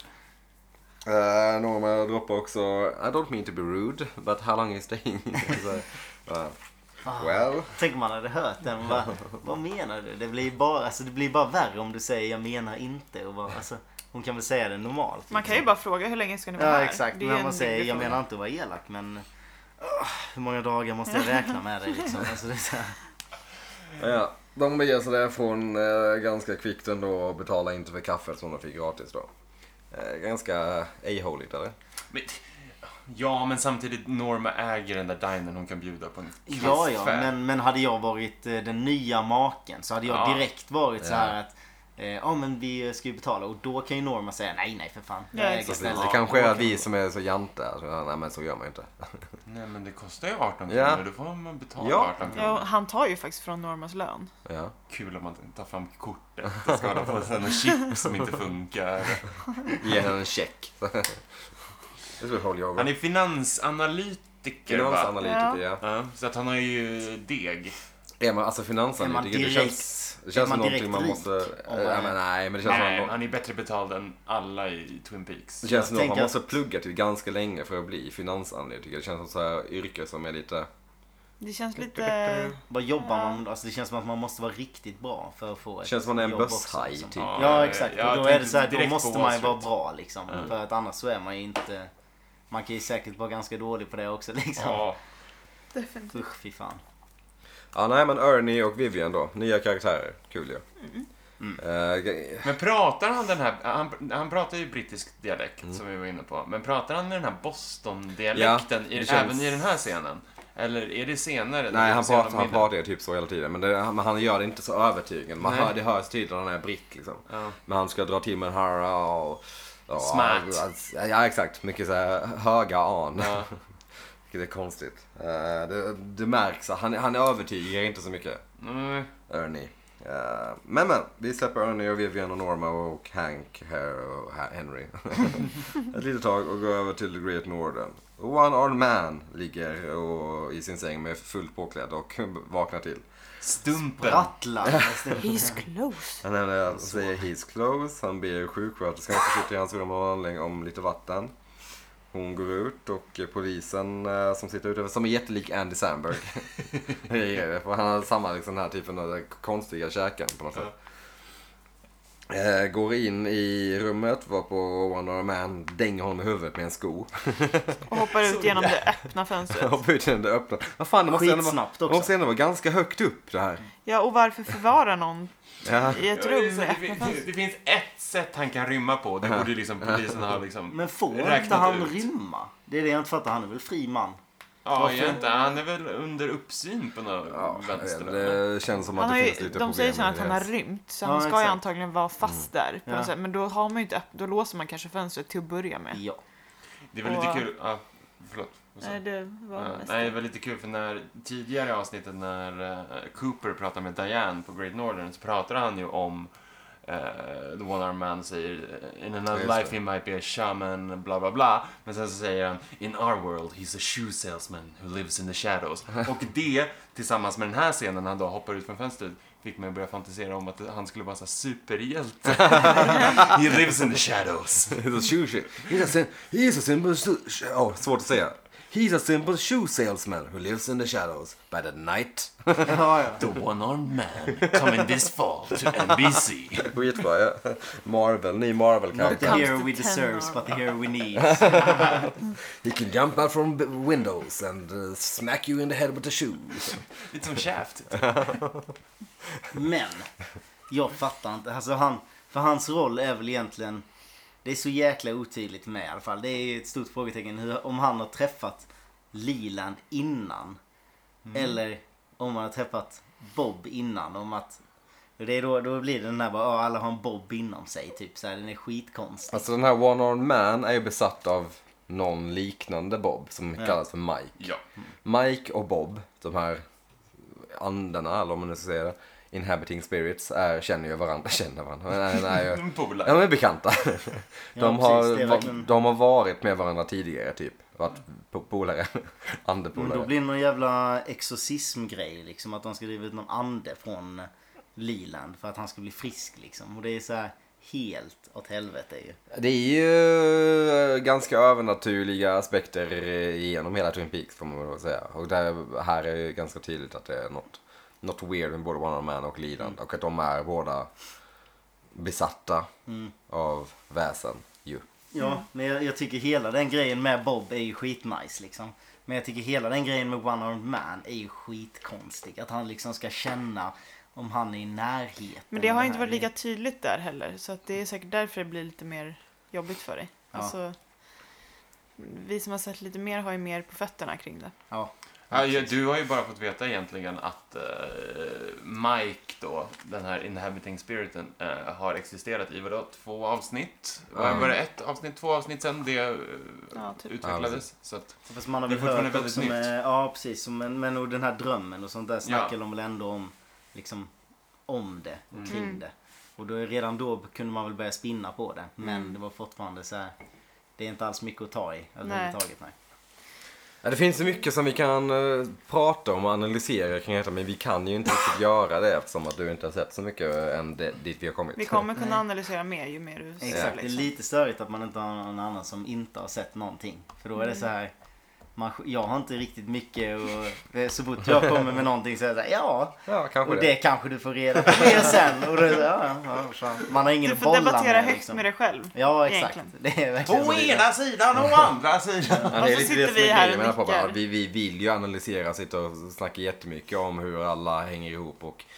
Norma droppar också I don't mean to be rude, but how long is staying? Well. Tänk om man hade hört den. Vad menar du? Det blir bara värre om du säger jag menar inte. Och bara, alltså, hon kan väl säga det normalt. Man kan ju bara fråga hur länge ska ni vara Ja, här? exakt. Det är Men en man säger rimlig jag fråga. menar inte att vara elak, men hur många dagar måste jag räkna med dig liksom? Alltså, det är så här. Ja, de beger sig därifrån ganska kvickt ändå och betalar inte för kaffet som de fick gratis då. Ganska a-holigt eller? Men samtidigt Norma äger den där dinern hon kan bjuda på en Ja, kvällsfärd. men hade jag varit den nya maken så hade jag Ja. direkt varit så här att men vi ska ju betala och då kan ju Norma säga nej för fan. Ja, Jag äger exakt. Det stället. kanske är vi som är så janta. Alltså, nej men så gör man ju inte. Nej, men det kostar ju 18 kronor. Ja. Då får man betala Ja. 18 kronor. Ja, han tar ju faktiskt från Normas lön. Ja. Kul om man tar fram kortet. Det ska de få sen en chip som inte funkar. Ge henne en check. Det skulle hålla jag. Han är finansanalytiker, va? Finansanalytiker, ja. Ja, så att han har ju deg. Är man alltså finansanalytiker? Det känns som någonting man måste... Ja, men nej, men det känns Nej, som han är bättre betald än alla i Twin Peaks. det känns som att man tänker måste plugga till ganska länge för att bli finansanalytiker. Det känns som så här yrke som är lite... Det känns lite... Vad jobbar man? Alltså det känns som att man måste vara riktigt bra för att få ett Känns som man är en jobb också, börshaj liksom. typ. Ja, exakt. Jag Och då är tänkte det så här, då direkt på måste Wall man ju vara Street. bra liksom. För att annars så är man ju inte... Man kan ju säkert vara ganska dålig på det också liksom. Ja, Definitivt. Usch, fy fan. Ja, nej men Ernie och Vivian då. Nya karaktärer. Kul ju. Men pratar han den här... Han pratar ju brittisk dialekt, som vi var inne på. Men pratar han med den här Boston-dialekten även i den här scenen? Eller är det senare? Nej, han pratar typ så hela tiden. Men han gör det inte så övertygande. Det hörs tydligt att han är britt liksom. Ja. Men han ska dra till med den här... Smart. Ja, exakt. Mycket så här höga an. Ja. Det är konstigt. Det märks. Han övertygar inte så mycket. Ernie. Men vi släpper Ernie och Vivian och Norma och Hank här och Henry ett litet tag och går över till The Great Northern. One-armed man ligger i sin säng med fullt påklädd och vaknar till. Stumpen. He's close. Han säger he's close. Han ber sjuksköterskan som sitter i hans rum och anlägger om lite vatten. Hon går ut och polisen som sitter ute, som är jättelik Andy Samberg. För han har samma liksom, den här typen av konstiga käken på något sätt. Går in i rummet, var på One-Armed Man, dänger honom i huvudet med en sko. Och hoppar ut genom det öppna fönstret. Hoppar ut genom det öppna. Vad fan, det måste ändå vara ganska högt upp det här. Ja, och varför förvara någon i ett rum med öppna fönster? Det finns ett sätt han kan rymma på. Det borde ju liksom polisen ha liksom. Men får inte han rymma? Det är det jag inte fattar. Han är väl fri man? Ja, han är väl under uppsyn på något vänster. Det känns som att det finns lite problem. De säger så att han har rymt, så han ska ju antagligen vara fast där på något sätt. Men då har man ju inte då låser man kanske fönstret till att börja med. Ja. Det är väl lite kul. Förlåt. Nej, det var lite kul för när tidigare avsnittet när Cooper pratar med Diane på Great Northern så pratar han ju om The One-Armed Man säger in another life he might be a shaman, bla bla bla. Men sen så säger han in our world he's a shoe salesman who lives in the shadows. Och det tillsammans med den här scenen när han då hoppar ut från fönstret fick mig att börja fantisera om att han skulle vara så superhjälte. He lives in the shadows. He's a simple svårt att säga. He's a simple shoe salesman who lives in the shadows by the night. The One-Armed Man coming this fall to NBC. Skitbra, ja. Ny Marvel Not the hero we deserve, but the hero we need. He can jump out from windows and smack you in the head with a shoe. Lite som Shaft. Men jag fattar inte. Alltså för hans roll är väl egentligen... Det är så jäkla otydligt med i alla fall. Det är ett stort frågetecken om han har träffat Leland innan. Eller om han har träffat Bob innan. Om att, det är då blir det den där bara, alla har en Bob inom sig. Typ så här, den är skitkonstig. Alltså den här One-Armed Man är ju besatt av någon liknande Bob som kallas för Mike. Ja. Mike och Bob, de här andarna, eller om man nu ska säga det. Inhabiting spirits känner varandra. De är bekanta. De har varit med varandra tidigare typ. Varit polare, andepolare. Men då blir det någon jävla exorcismgrej liksom. Att de ska driva ut någon ande från Leland för att han ska bli frisk liksom. Och det är så här helt åt helvete ju. Det är ju ganska övernaturliga aspekter genom hela Twin Peaks får man väl säga. Och här är det ganska tydligt att det är något weird med både One-Armed Man och Leland. Och att de är båda besatta av väsen ju. Ja, men jag tycker hela den grejen med Bob är ju skitnice liksom. Men jag tycker hela den grejen med One-Armed Man är ju skitkonstig. Att han liksom ska känna om han är i närheten. Men det har inte varit lika tydligt där heller. Så att det är säkert därför det blir lite mer jobbigt för dig. Ja. Alltså, vi som har sett lite mer har ju mer på fötterna kring det. Ja. Ja, du har ju bara fått veta egentligen att Mike då, den här Inhabiting Spiriten, har existerat i 2 avsnitt? Var det 1 avsnitt, 2 avsnitt sen det typ utvecklades? Så att fast man har väl hört också med, ja precis, men och den här drömmen och sånt där snackar de väl ändå om, liksom, om det och kring det. Och då, redan då kunde man väl börja spinna på det, men det var fortfarande så här, det är inte alls mycket att ta i överhuvudtaget, nej. Ja, det finns så mycket som vi kan prata om och analysera kring detta, men vi kan ju inte riktigt göra det eftersom att du inte har sett så mycket än dit vi har kommit. Vi kommer kunna analysera mer ju mer du ser. Exakt, det är lite störigt att man inte har någon annan som inte har sett någonting. För då är det så här, jag har inte riktigt mycket och så fort jag kommer med någonting så är det så här, ja kanske och det kanske du får reda på mer sen. Och det, man har ingen boll. Du får debattera högt liksom med dig själv. Ja, exakt. Det är verkligen på ena sidan och andra sidan. Ja, det är lite det vi här och vi vill ju analysera, sitta och snacka jättemycket om hur alla hänger ihop och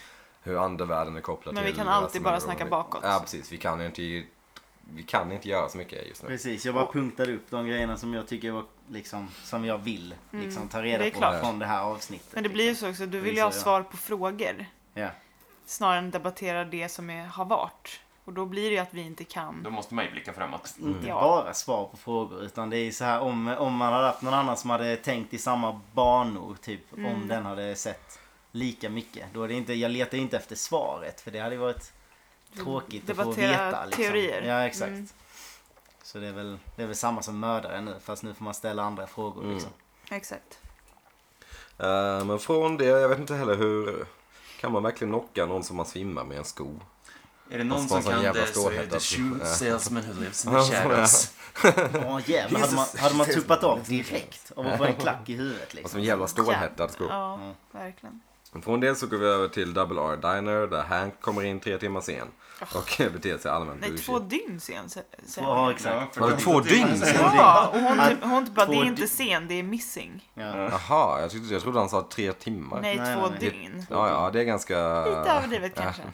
hur andevärlden är kopplad Men till... vi kan alltid bara snacka bakåt. Ja, precis. Vi kan inte göra så mycket just nu. Precis, jag bara punktade upp de grejerna som jag tycker var liksom, som jag vill liksom, ta reda det är på klart. från det här avsnittet. Men det blir ju så också, du vill ju ha svar på frågor. Ja. Snarare än debattera det som har varit. Och då blir det ju att vi inte kan. Då måste man ju blicka framåt. Inte Ja. bara svar på frågor, utan det är så här om man hade haft någon annan som hade tänkt i samma banor, typ om den hade sett lika mycket. Då är det inte, jag letar inte efter svaret, för det hade ju varit tråkigt att få Debattera veta. Liksom. teorier. Ja, exakt. Så det är väl samma som mördare nu, fast nu får man ställa andra frågor liksom. Exakt. Men från det, jag vet inte heller hur... Kan man verkligen knocka någon som man svimmar med en sko? Är det någon Fast som man kan jävla det så är det stålhätta. the shoe salesman who lives in the shadows. Åh jävlar, hade man tuppat av direkt och få en klack i huvudet Och liksom. som en jävla stålhättad sko. Ja, verkligen. Från det så går vi över till Double R Diner där Hank kommer in 3 timmar sen. Och beter sig allmänt Nej, bullshit. 2 dygn sen. Ja, exakt. Var det 2 dygn sen? Ja, och hon typ bara, det är 2 inte sen, det är missing. Ja. Jaha, jag trodde han sa 3 timmar. Nej, Nej, 2 nej. dygn. Ja, det är ganska... Lite överdrivet kanske.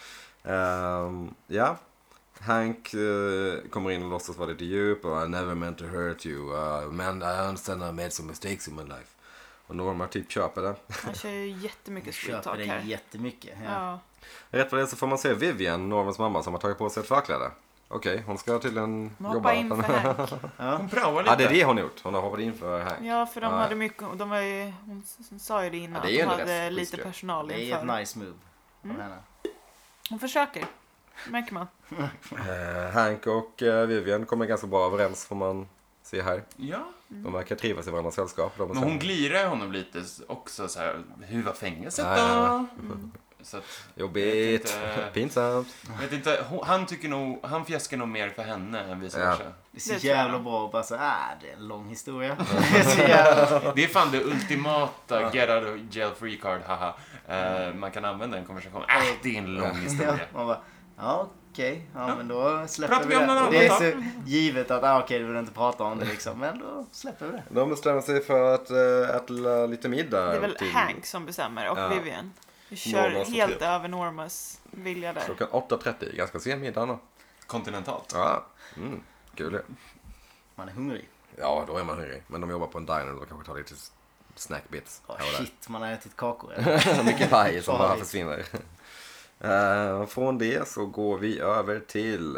Ja. Hank kommer in och låtsas vara lite djup och I never meant to hurt you. Man, I understand I made some mistakes in my life. Och Norma typ köper det. Han kör ju jättemycket street Köper talk det här. jättemycket. Ja. Ja. Rätt för det så får man se Vivian, Normans mamma, som har tagit på sig ett förkläde. Okej, hon ska till en Hon jobba. hoppar in för Hank. Hon praoar lite. Ja, det är det hon har gjort. Hon har hoppat in för Hank. Ja, för de Ja. hade mycket, hon sa ju det innan, Ja, det är ju de en hade rätt lite schysst, ja. personal Det är inför. ett nice move av henne. Hon försöker, märker man. Hank och Vivian kommer ganska bra överens, får man se här. Ja, De verkar trivas i varandras sällskap. De men hon glirar honom lite också så här. Hur var fängelset då? Ja. Så att, Jobbigt. Jag vet inte. Pinsamt. vet inte, han fjäskar nog mer för henne än vice versa. Det är Det så tror jag jävla nog. bra att bara så det är en lång historia. Det är så jävla... Det är fan det ultimata get out of jail free card, haha. Man kan använda en konversation. Det är en lång historia. Man bara, ja okej, ja men då släpper Pratar vi vi om det. någon annan Det är då? så givet att okej, du vill inte prata om det liksom, men då släpper vi det. De bestämmer sig för att äta lite middag. Det är väl till Hank som bestämmer och Ja. Vivian. Vi kör Normas helt typ. över Normas vilja där. klockan 8:30. Ganska sen middag då. Kontinentalt. Ja, kul. Man är hungrig. Ja, då är man hungrig. Men de jobbar på en diner och de kanske tar lite snackbits. Åh här och där. shit, man har ätit kakor eller? Mycket paj som bara Farligt. försvinner. Från det så går vi över till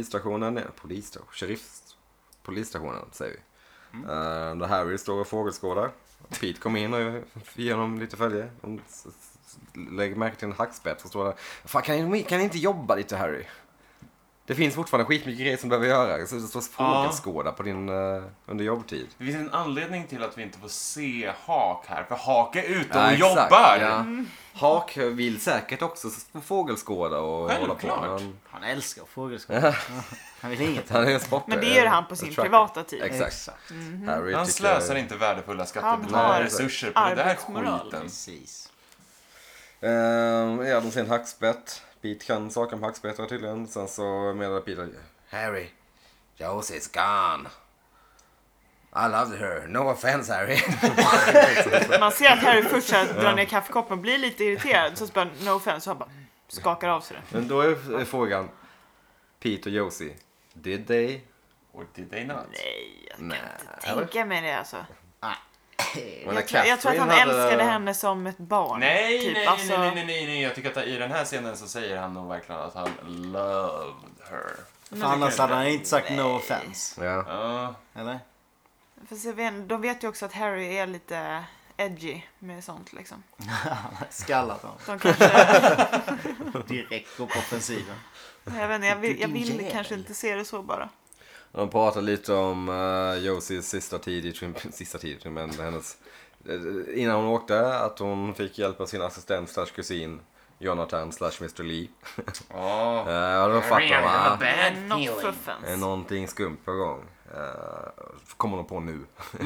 polisstationen säger vi. Där Harry står och fågelskådar. Pete kom in och ger honom lite följe. De lägger märke till en hackspett som står där. Fan, kan ni inte jobba lite, Harry? Det finns fortfarande skitmycket grejer som behöver göra. Så det står fågelskåda på din under jobbtid. Det finns en anledning till att vi inte får se Hak här. För Hak är ute och Ja, exakt, jobbar. ja. Hak vill säkert också fågelskåda och hålla på. Självklart. Men Han älskar fågelskådar. Han vill inget. han är en sportare. Men det gör han på sin Tracker. privata tid. Exakt. Harry Han tycker- slösar inte värdefulla skattebetalare har resurser på den där arbetsmoral. skiten. Precis. Ja, de ser en hackspett. Pete kan saker om hackspettar tydligen. Sen så meddelar Peter: Harry, Josie's gone. I loved her. No offense, Harry. Man ser att Harry först så här drar ner kaffekoppen och blir lite irriterad. Så bara, no offense, så han bara skakar av sig det. Men då är frågan: Pete och Josie, did they? Or did they not? Nej, jag kan Nej, inte tänka mig det alltså. Men Jag tror att han älskade henne som ett barn. Nej, typ. nej, Alltså, nej. Jag tycker att i den här scenen så säger han nog verkligen att han loved her. För annars hade han inte sagt no offense. Ja. Ja, Eller? Fast jag vet, de vet ju också att Harry är lite edgy med sånt liksom. Skallat honom. De kanske, Direkt gå på offensiven. jag vet inte, jag vill kanske inte se det så bara. De pratar lite om Josies sista tid, men hennes... Innan hon åkte, att hon fick hjälp av sin assistent / kusin Jonathan / Mr. Lee. ja. Och då fattar man, Not for offense. är någonting skumt på gång. Kommer de på nu.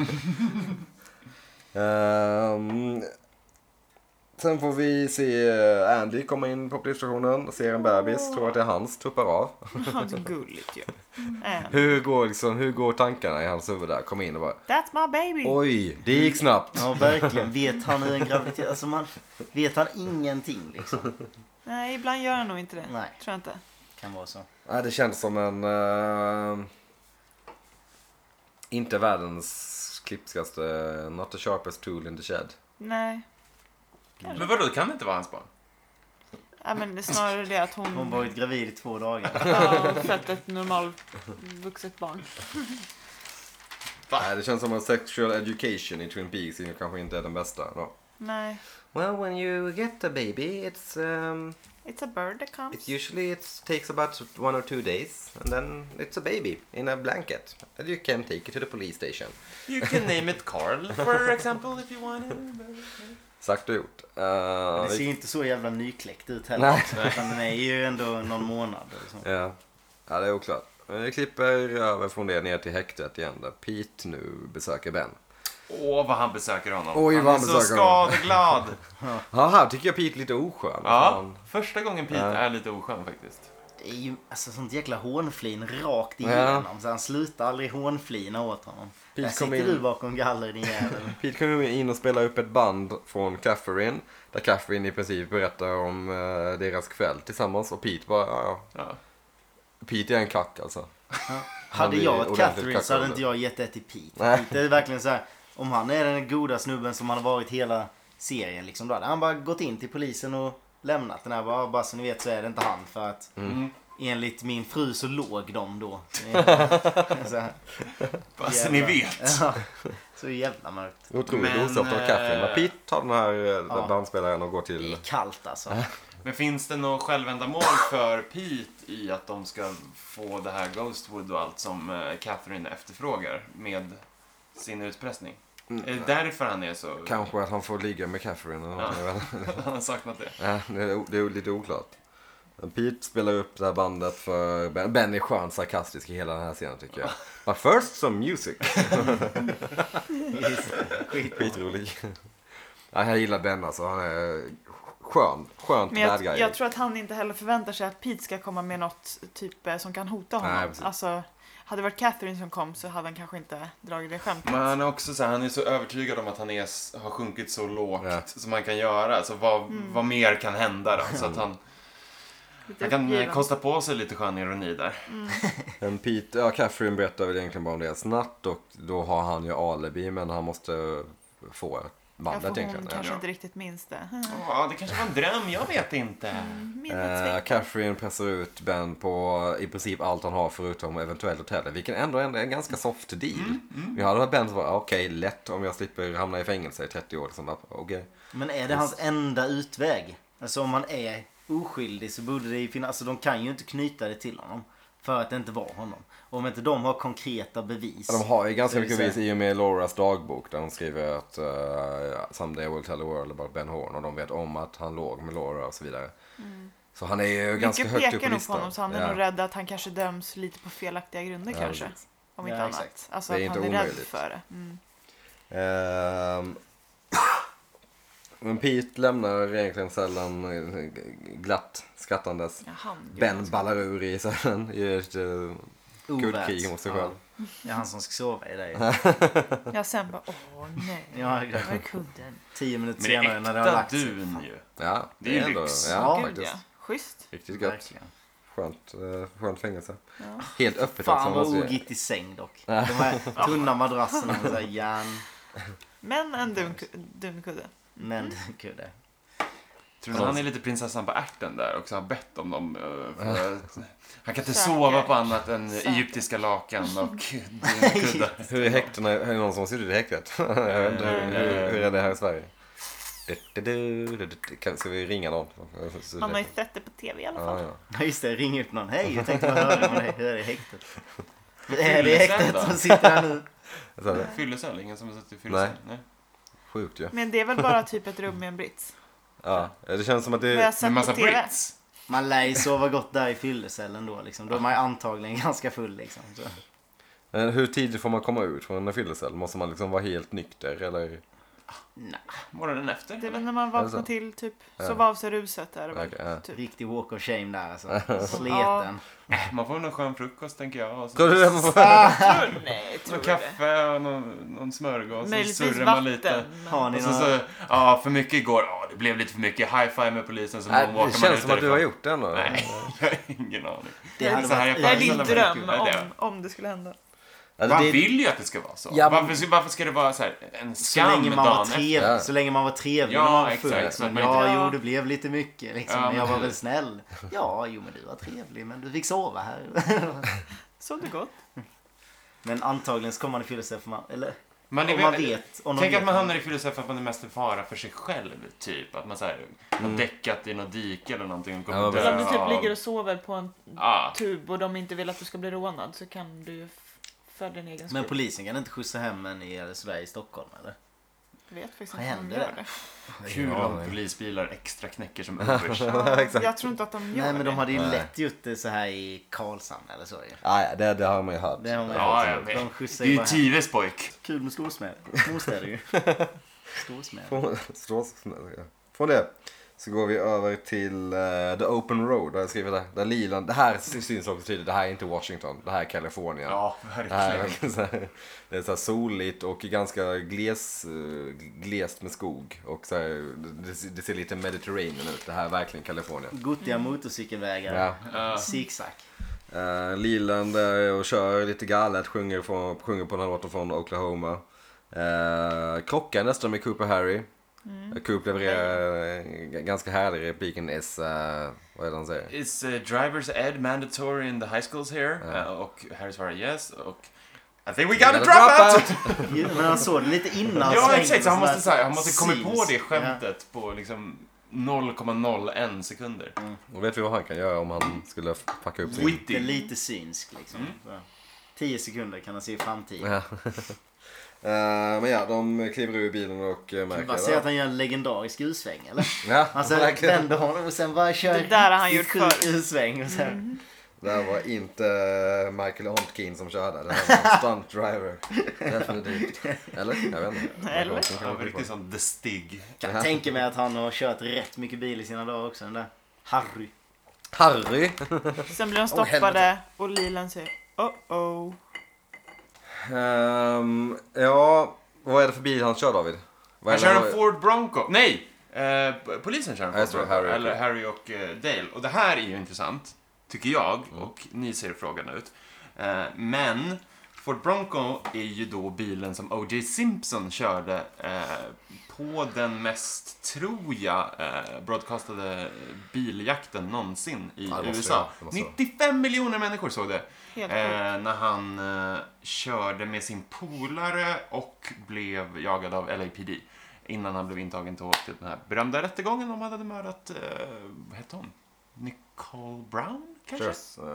Sen får vi se Andy komma in på polisstationen och ser en bebis. Tror att det är hans, tuppar av. Så gulligt ju. Hur går tankarna i hans huvud där? Kom in och bara, That's my baby. oj, det gick snabbt. Ja, verkligen. Vet han hur en graviditet... Alltså vet han ingenting liksom. Nej, ibland gör han nog inte det. Nej. Tror jag inte. Kan vara så. Nej, det känns som en... inte världens klipskaste, not the sharpest tool in the shed. Nej. Men vadå, det kan inte vara hans barn? Ja, men det är snarare det att Hon hon varit gravid i 2 dagar. har fött ett normalt vuxet barn. Nej, det känns som en sexual education i Twin Peaks kanske inte är den bästa. No. Nej. Well, when you get a baby, It's a bird that comes. it takes about 1 or 2 days, and then it's a baby in a blanket, and you can take it to the police station. You can name it Carl, for example, if you want. Sagt och gjort. Det ser inte så jävla nykläckt ut heller. Nej. Utan den är ju ändå någon månad. Eller så. Ja, det är oklart. Vi klipper över från det ner till häktet igen där Pete nu besöker Ben. Åh, vad han besöker honom. Oj, vad han han är så besöker honom. skadeglad. Ja, här tycker jag Pete är lite oskön. Ja, Fan. första gången Pete är lite oskön faktiskt. Det är ju alltså sånt jäkla hånflin rakt igenom. Så han slutar aldrig hånflina åt honom. Där sitter du bakom galler din jävel. Pete kommer in och spelar upp ett band från Catherine. Där Catherine i princip berättar om deras kväll tillsammans. Och Pete bara, Ja. Pete är en kack alltså. Hade blir jag varit ordentligt Catherine så hade kackad. inte jag gett det till Pete. Nej. Pete är verkligen så här, om han är den goda snubben som han har varit hela serien liksom, då hade han bara gått in till polisen och lämnat den här. Bara så ni vet så är det inte han, för att enligt min fru så låg de då. Så här. Bara så ni vet. Ja, så jävla mörkt. Otroligt Men, osoft av Catherine. Men Pete tar den här bandspelaren och går Det är till... kallt alltså. Men finns det något självändamål för Pete i att de ska få det här Ghostwood och allt som Catherine efterfrågar med sin utpressning? Är det därför han är så... Kanske att han får ligga med Catherine. Eller något, jag vet inte. Han har saknat det. Ja, det är lite oklart. Pete spelar upp det här bandet för Ben. Ben är skön sarkastisk i hela den här scenen tycker jag. But first some music. Skitrolig. Ja, jag gillar Ben alltså. Han är skönt Men bad guy. jag tror att han inte heller förväntar sig att Pete ska komma med något typ som kan hota honom. Nej, precis. Alltså, hade det varit Catherine som kom så hade han kanske inte dragit det skämtet. Men han är också så här, han är så övertygad om att han har sjunkit så lågt Ja. som man kan göra. Så vad mer kan hända då? Så att han Lite kan uppgiven. kosta på sig lite skön ironi där. Men Pete, Catherine berättar väl egentligen bara om deras natt och då har han ju alibi men han måste få Ja, bandet för hon egentligen. kanske Ja. inte riktigt minns det. Ja, det kanske var en dröm, jag vet inte. Minnet Catherine pressar ut Ben på i princip allt han har förutom eventuellt hotellet. Vilken ändå är en ganska soft deal. Vi hade varit Ben som var okej, lätt om jag slipper hamna i fängelse i 30 år. Liksom, okay. Men är det hans enda utväg? Alltså om man är oskyldig så borde det ju finnas, alltså de kan ju inte knyta det till honom för att det inte var honom. Och om inte de har konkreta bevis. De har ju ganska så mycket är det bevis i och med Lauras dagbok där hon skriver att someday I will tell the world about Ben Horn och de vet om att han låg med Laura och så vidare. Så han är ju ganska mycket högt upp pekar på nog på listan. honom så han är nog rädd att han kanske döms lite på felaktiga grunder Ja, kanske. precis. Om inte Ja, annat. exakt. Alltså Det är att inte han är rädd omöjligt. för det. Men Pete lämnar egentligen cellen glatt skrattandes. Ja, han gör Ben något. ballar ur i cellen i ett kuddkrig mot sig själv. Ja, han som ska sova i dig. Ja, sen bara, nej. Ja, Det var kudden. 10 minuter Men det senare när det har är lagt äkta sig. dun ju. Ja, Det är ju ändå, lyx. ja, Gud, faktiskt. ja. Schysst. Riktigt gött. Verkligen. Skönt fängelse. Ja. Helt öppet Fan också. vad måste jag- ogittig säng dock. De här tunna madrasserna med såhär järn. Men en dun kudde. Men kudde. Tror du han är lite prinsessan på ärten där också har bett om dem? Han kan inte Säker. sova på annat än Säker. egyptiska lakan och dunkuddar. Hur är häktena? Är det någon som har suttit i häktet? Jag vet inte, hur är det här i Sverige? Ska vi ringa någon? Man har ju sett det på tv i alla fall. Ja. Ja just det, ring upp någon. Hej, jag tänkte bara höra med dig. Hur är det i häktet? Är det i Fyllecell häktet då? som sitter här nu? Så det. Fyllecell? Ingen som har suttit i fyllecell? Nej. Sjukt ju. Men det är väl bara typ ett rum med en brits. Ja, det känns som att Vad jag det... har Med sett massa på tv. Brits? Man lär ju sova gott där i fyllecellen då liksom. Då är man ju antagligen ganska full liksom. Så. Hur tidigt får man komma ut från en fyllecell? Måste man liksom vara helt nykter eller? Nej. Morgonen efter? Det är väl när man vaknar till, typ, sov av sig ruset där. Okej, Typ. Riktig walk of shame där alltså. Sleten. Man får en skön frukost, tänker jag. Och så Tror du det? Nej, tror någon du det? kaffe och någon smörgås. Så Möjligtvis surrar man vatten. lite. Har ni Och så, några... för mycket igår. Det blev lite för mycket high five med polisen. Så Nej, walkar det man känns ut som att du därifrån. har gjort det ändå. Nej, jag har ingen aning. Det hade Så här, varit... Det är jag din föreställer mig dröm mycket. om det skulle hända. Alltså, Man det- vill ju att det ska vara så. Ja, men- Varför ska det vara så här, en Så skam länge man var dagen efter? trevlig, Ja. så länge man var trevlig Ja, när man var exakt, full. så att Men, man inte- jo, det blev lite mycket liksom. Ja, Men jag men- var väl snäll. Ja, jo men du var trevlig, men du fick sova här. Sov du gott? Men antagligen så kommer man i fyllecell för man... Eller? Man Om man vet. Om de Tänk vet att man hamnar i fyllecell för att man är mest i fara för sig själv, typ. Att man så här, har däckat i något dike eller någonting och kommer Ja, att Eller dö om du typ av- ligger och sover på en Ja. tub och de inte vill att du ska bli rånad, så kan du ju för din egen skull. Men polisen kan inte skjutsa hem en i Sverige i Stockholm, eller? Jag vet faktiskt Vad inte om de händer gör det. Kul Ja, om nej. polisbilar extra knäcker som Ubers. Ja, Exakt. jag tror inte att de gör Nej, men de hade ju Nej. lätt gjort det så här i Karlshamn eller så ju. Ja, det har man ju hört. Det har man ju Ja, hört. jag vet. De skjutsar Det är ju ju bara hem. Tives pojk. Kul med småstäder ju. Storsmäd. Från det så går vi över till The Open Road. Där jag skriver där lilan. Det här syns också tydligt. Det här är inte Washington. Det här är Kalifornien. Ja, Det här är verkligen. verkligen så här, det är så här soligt och ganska glest med skog. Och så här, det ser lite Mediterranean ut. Det här är verkligen Kalifornien. Gottiga motorcykelvägar. Ja. Ja. Zigzag. Lilan där och kör lite galet. Sjunger på den här låten från Oklahoma. Krockar nästan med Cooper Harry. Coop levererar ganska härlig repliken is, vad är det han säger? Is driver's ed mandatory in the high schools here? Och Harry svarar yes. Och I think we got a dropout! Ja, men han såg det lite innan. Ja, svängde exakt. Så han sån måste, här han måste kommit på syns. det skämtet på liksom 0,01 sekunder. Och vet vi vad han kan göra om han skulle fucka upp sin... Det är Witty. lite synsk liksom. Så. 10 sekunder kan han se i framtiden. Ja. Men ja, de kliver ur bilen och märker... Man ser att han gör en legendarisk U-sväng eller? Ja, Alltså verkligen. vänder honom och sen bara kör Det där har han i gjort sju förr. U-sväng och sen... Det här var inte Michael Hontkin som körde. Det här var en stunt driver. Definitivt. Eller? Jag vet inte. Eller? Ja, riktigt som The Stig. Kan tänka mig att han har kört rätt mycket bil i sina dagar också, den där Harry. Harry. Sen blir de Åh, stoppade helvete. och Lilan säger oh. Ja, vad är det för bil han kör, David? Vad Han är kör det- en Ford Bronco. Nej! Polisen kör en Ja, jag Ford tror Bronco. Harry och Eller Dale. Harry och Dale. Och det här är ju intressant, tycker jag. Och ni ser frågan ut. Men Ford Bronco är ju då bilen som O.J. Simpson körde på den mest, tror jag, broadcastade biljakten någonsin i Ja, det måste USA. vara, det måste vara. 95 miljoner människor såg det. Helt sjukt. När han körde med sin polare och blev jagad av LAPD. Innan han blev intagen till den här berömda rättegången om han hade mördat, vad hette hon? Nicole Brown, kanske?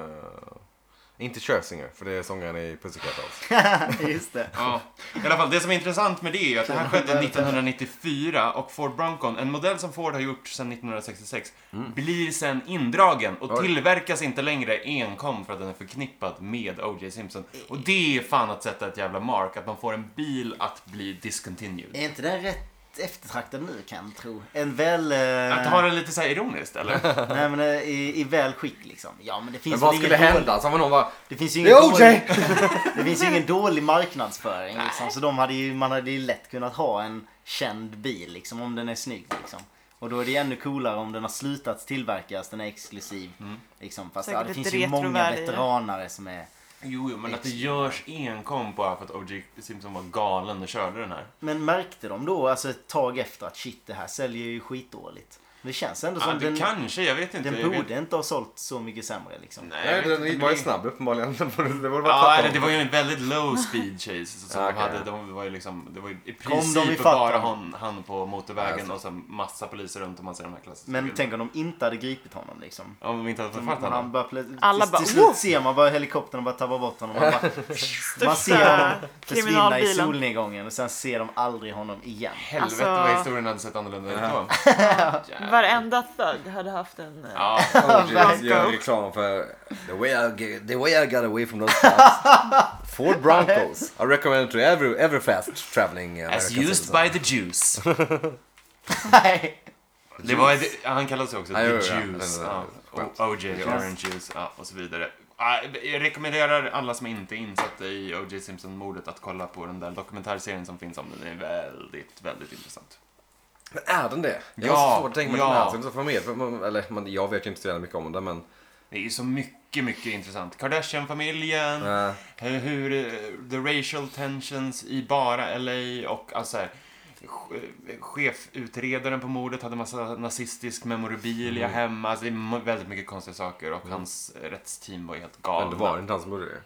Inte Scherzinger, för det är sångaren i Pussycat Dolls. Just det. Ja, i alla fall. Det som är intressant med det är ju att det här skedde 1994 och Ford Broncon, en modell som Ford har gjort sedan 1966, blir sen indragen och Oj. tillverkas inte längre enkom för att den är förknippad med O.J. Simpson. Och det är fan att sätta ett jävla mark, att man får en bil att bli discontinued. Är inte den rätt eftertraktad nu kan jag tro? En väl... Att ha den lite så här ironiskt, eller? Nej men i väl skick liksom. Ja men det finns Men vad väl skulle ingen hända? Så var någon bara... Det finns ju Det ingen är OJ! det finns ju ingen dålig marknadsföring liksom. Så man hade ju lätt kunnat ha en känd bil liksom, om den är snygg liksom. Och då är det ännu coolare om den har slutat tillverkas, den är exklusiv liksom. Fast Säkert det lite finns ju många retrovärde i det. veteranare som är... Jo, men att det görs enkom bara för att O.J. Simpson var galen och körde den här. Men märkte de då, alltså ett tag efter, att shit, det här säljer ju skitdåligt? Det känns ändå Ja, som det kanske, jag vet inte. den Jag vet- borde inte ha sålt så mycket sämre liksom. Nej, jag Nej, vet den inte, var ju det- snabb uppenbarligen. Det borde vara Ja, tvärtom. det var ju en väldigt low speed chase. Så Ja, de okej. hade, de var ju liksom, det var ju i Kom de i princip fatt bara honom? han på motorvägen Alltså. och så massa poliser runt om man ser de här klassiska Men bilderna. tänk om de inte hade gripit honom liksom. Om de inte hade fått fatt Han honom. bara Alla till bara, slut "Woo!" ser man bara helikoptern och bara tappar bort honom. Man ser honom försvinna i kriminalbilen. solnedgången och sen ser de aldrig honom igen. Helvete Alltså- vad historien hade sett annorlunda ut då. Varenda thug hade haft en... Ja, OJ gör reklam för the way I got away from those cars. Ford Broncos. I recommend to every fast traveling as American used citizen. by the Jews. Nej. Det var, han kallas ju också Ja, The ja, Jews. ja. Ja. OJ, Orange Juice och så vidare. Jag rekommenderar alla som inte är insatta i O.J. Simpson-mordet att kolla på den där dokumentärserien som finns om den. Den är väldigt, väldigt intressant. Men är den det? Jag Ja, har svårt att tänka mig ja. att den är så med. Eller jag vet ju inte så jävla mycket om det, men... Det är ju så mycket intressant. Kardashian-familjen, hur the racial tensions i bara LA och alltså här, chefutredaren på mordet hade massa nazistisk memorabilia hemma. Alltså, det är väldigt mycket konstiga saker och hans rättsteam var helt galna. Men det var inte han som gjorde det.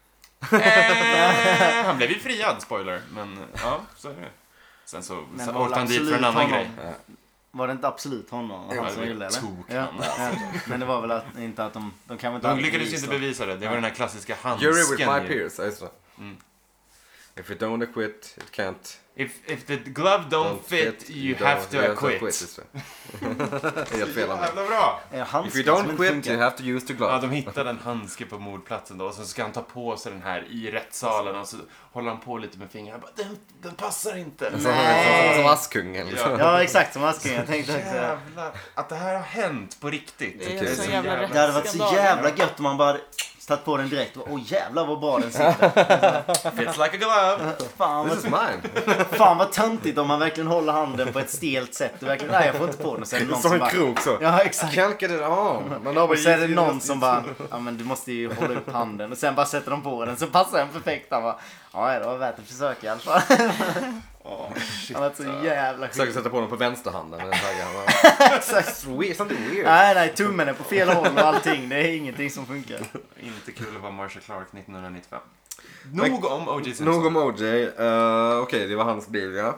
Han blev ju friad, spoiler. Men ja, så är det. Sen så Men åkte han dit för en annan grej. Var det inte absolut honom? Ja, Han som det gjorde var eller? tok, Ja, han, ja. Men det var väl inte att de kan väl inte De lyckades ju inte bevisa det. Det var den här klassiska handsken. Jury with my ju. peers, ja, just det. Mm. If you don't acquit, it can't... If the glove don't fit, you have to acquit. Just det. Helt fel av mig. Jävla bra! If you don't quit, you have to use the glove. Ja, de hittade en handske på mordplatsen då och så ska han ta på sig den här i rättssalen och så håller han på lite med fingrarna. Bara, den passar inte. Som Askungen. Liksom. Ja, exakt som Asking. Jag tänkte också. Jävlar, att det här har hänt på riktigt. Det är Okej. så Så jävla Det hade varit så rättsskandal. jävla gött om man bara tagit på den direkt. Åh jävlar vad bra den sitter. Fits like a glove. Fan This vad, is mine. fan vad töntigt om man verkligen håller handen på ett stelt sätt. Och verkligen, nej jag får inte på den. Och sen är det någon Som som en bara, krok så. ja exakt. Can't get it on. Men Och så är det någon som bara, ja men du måste ju hålla upp handen. Och sen bara sätter de på den. Så passar den perfekt. Han bara, ja det var värt att försöka i alla fall. Han var så jävla Försöker skit. sätta på den på vänsterhanden. Den högra. Exakt. Something weird. Nej, tummen är på fel håll och allting. Det är ingenting som funkar. Inte kul att vara Marshall Clark 1995. Nog om O.J. Simpson. Nog om OJ. Okej, det var hans bil, ja.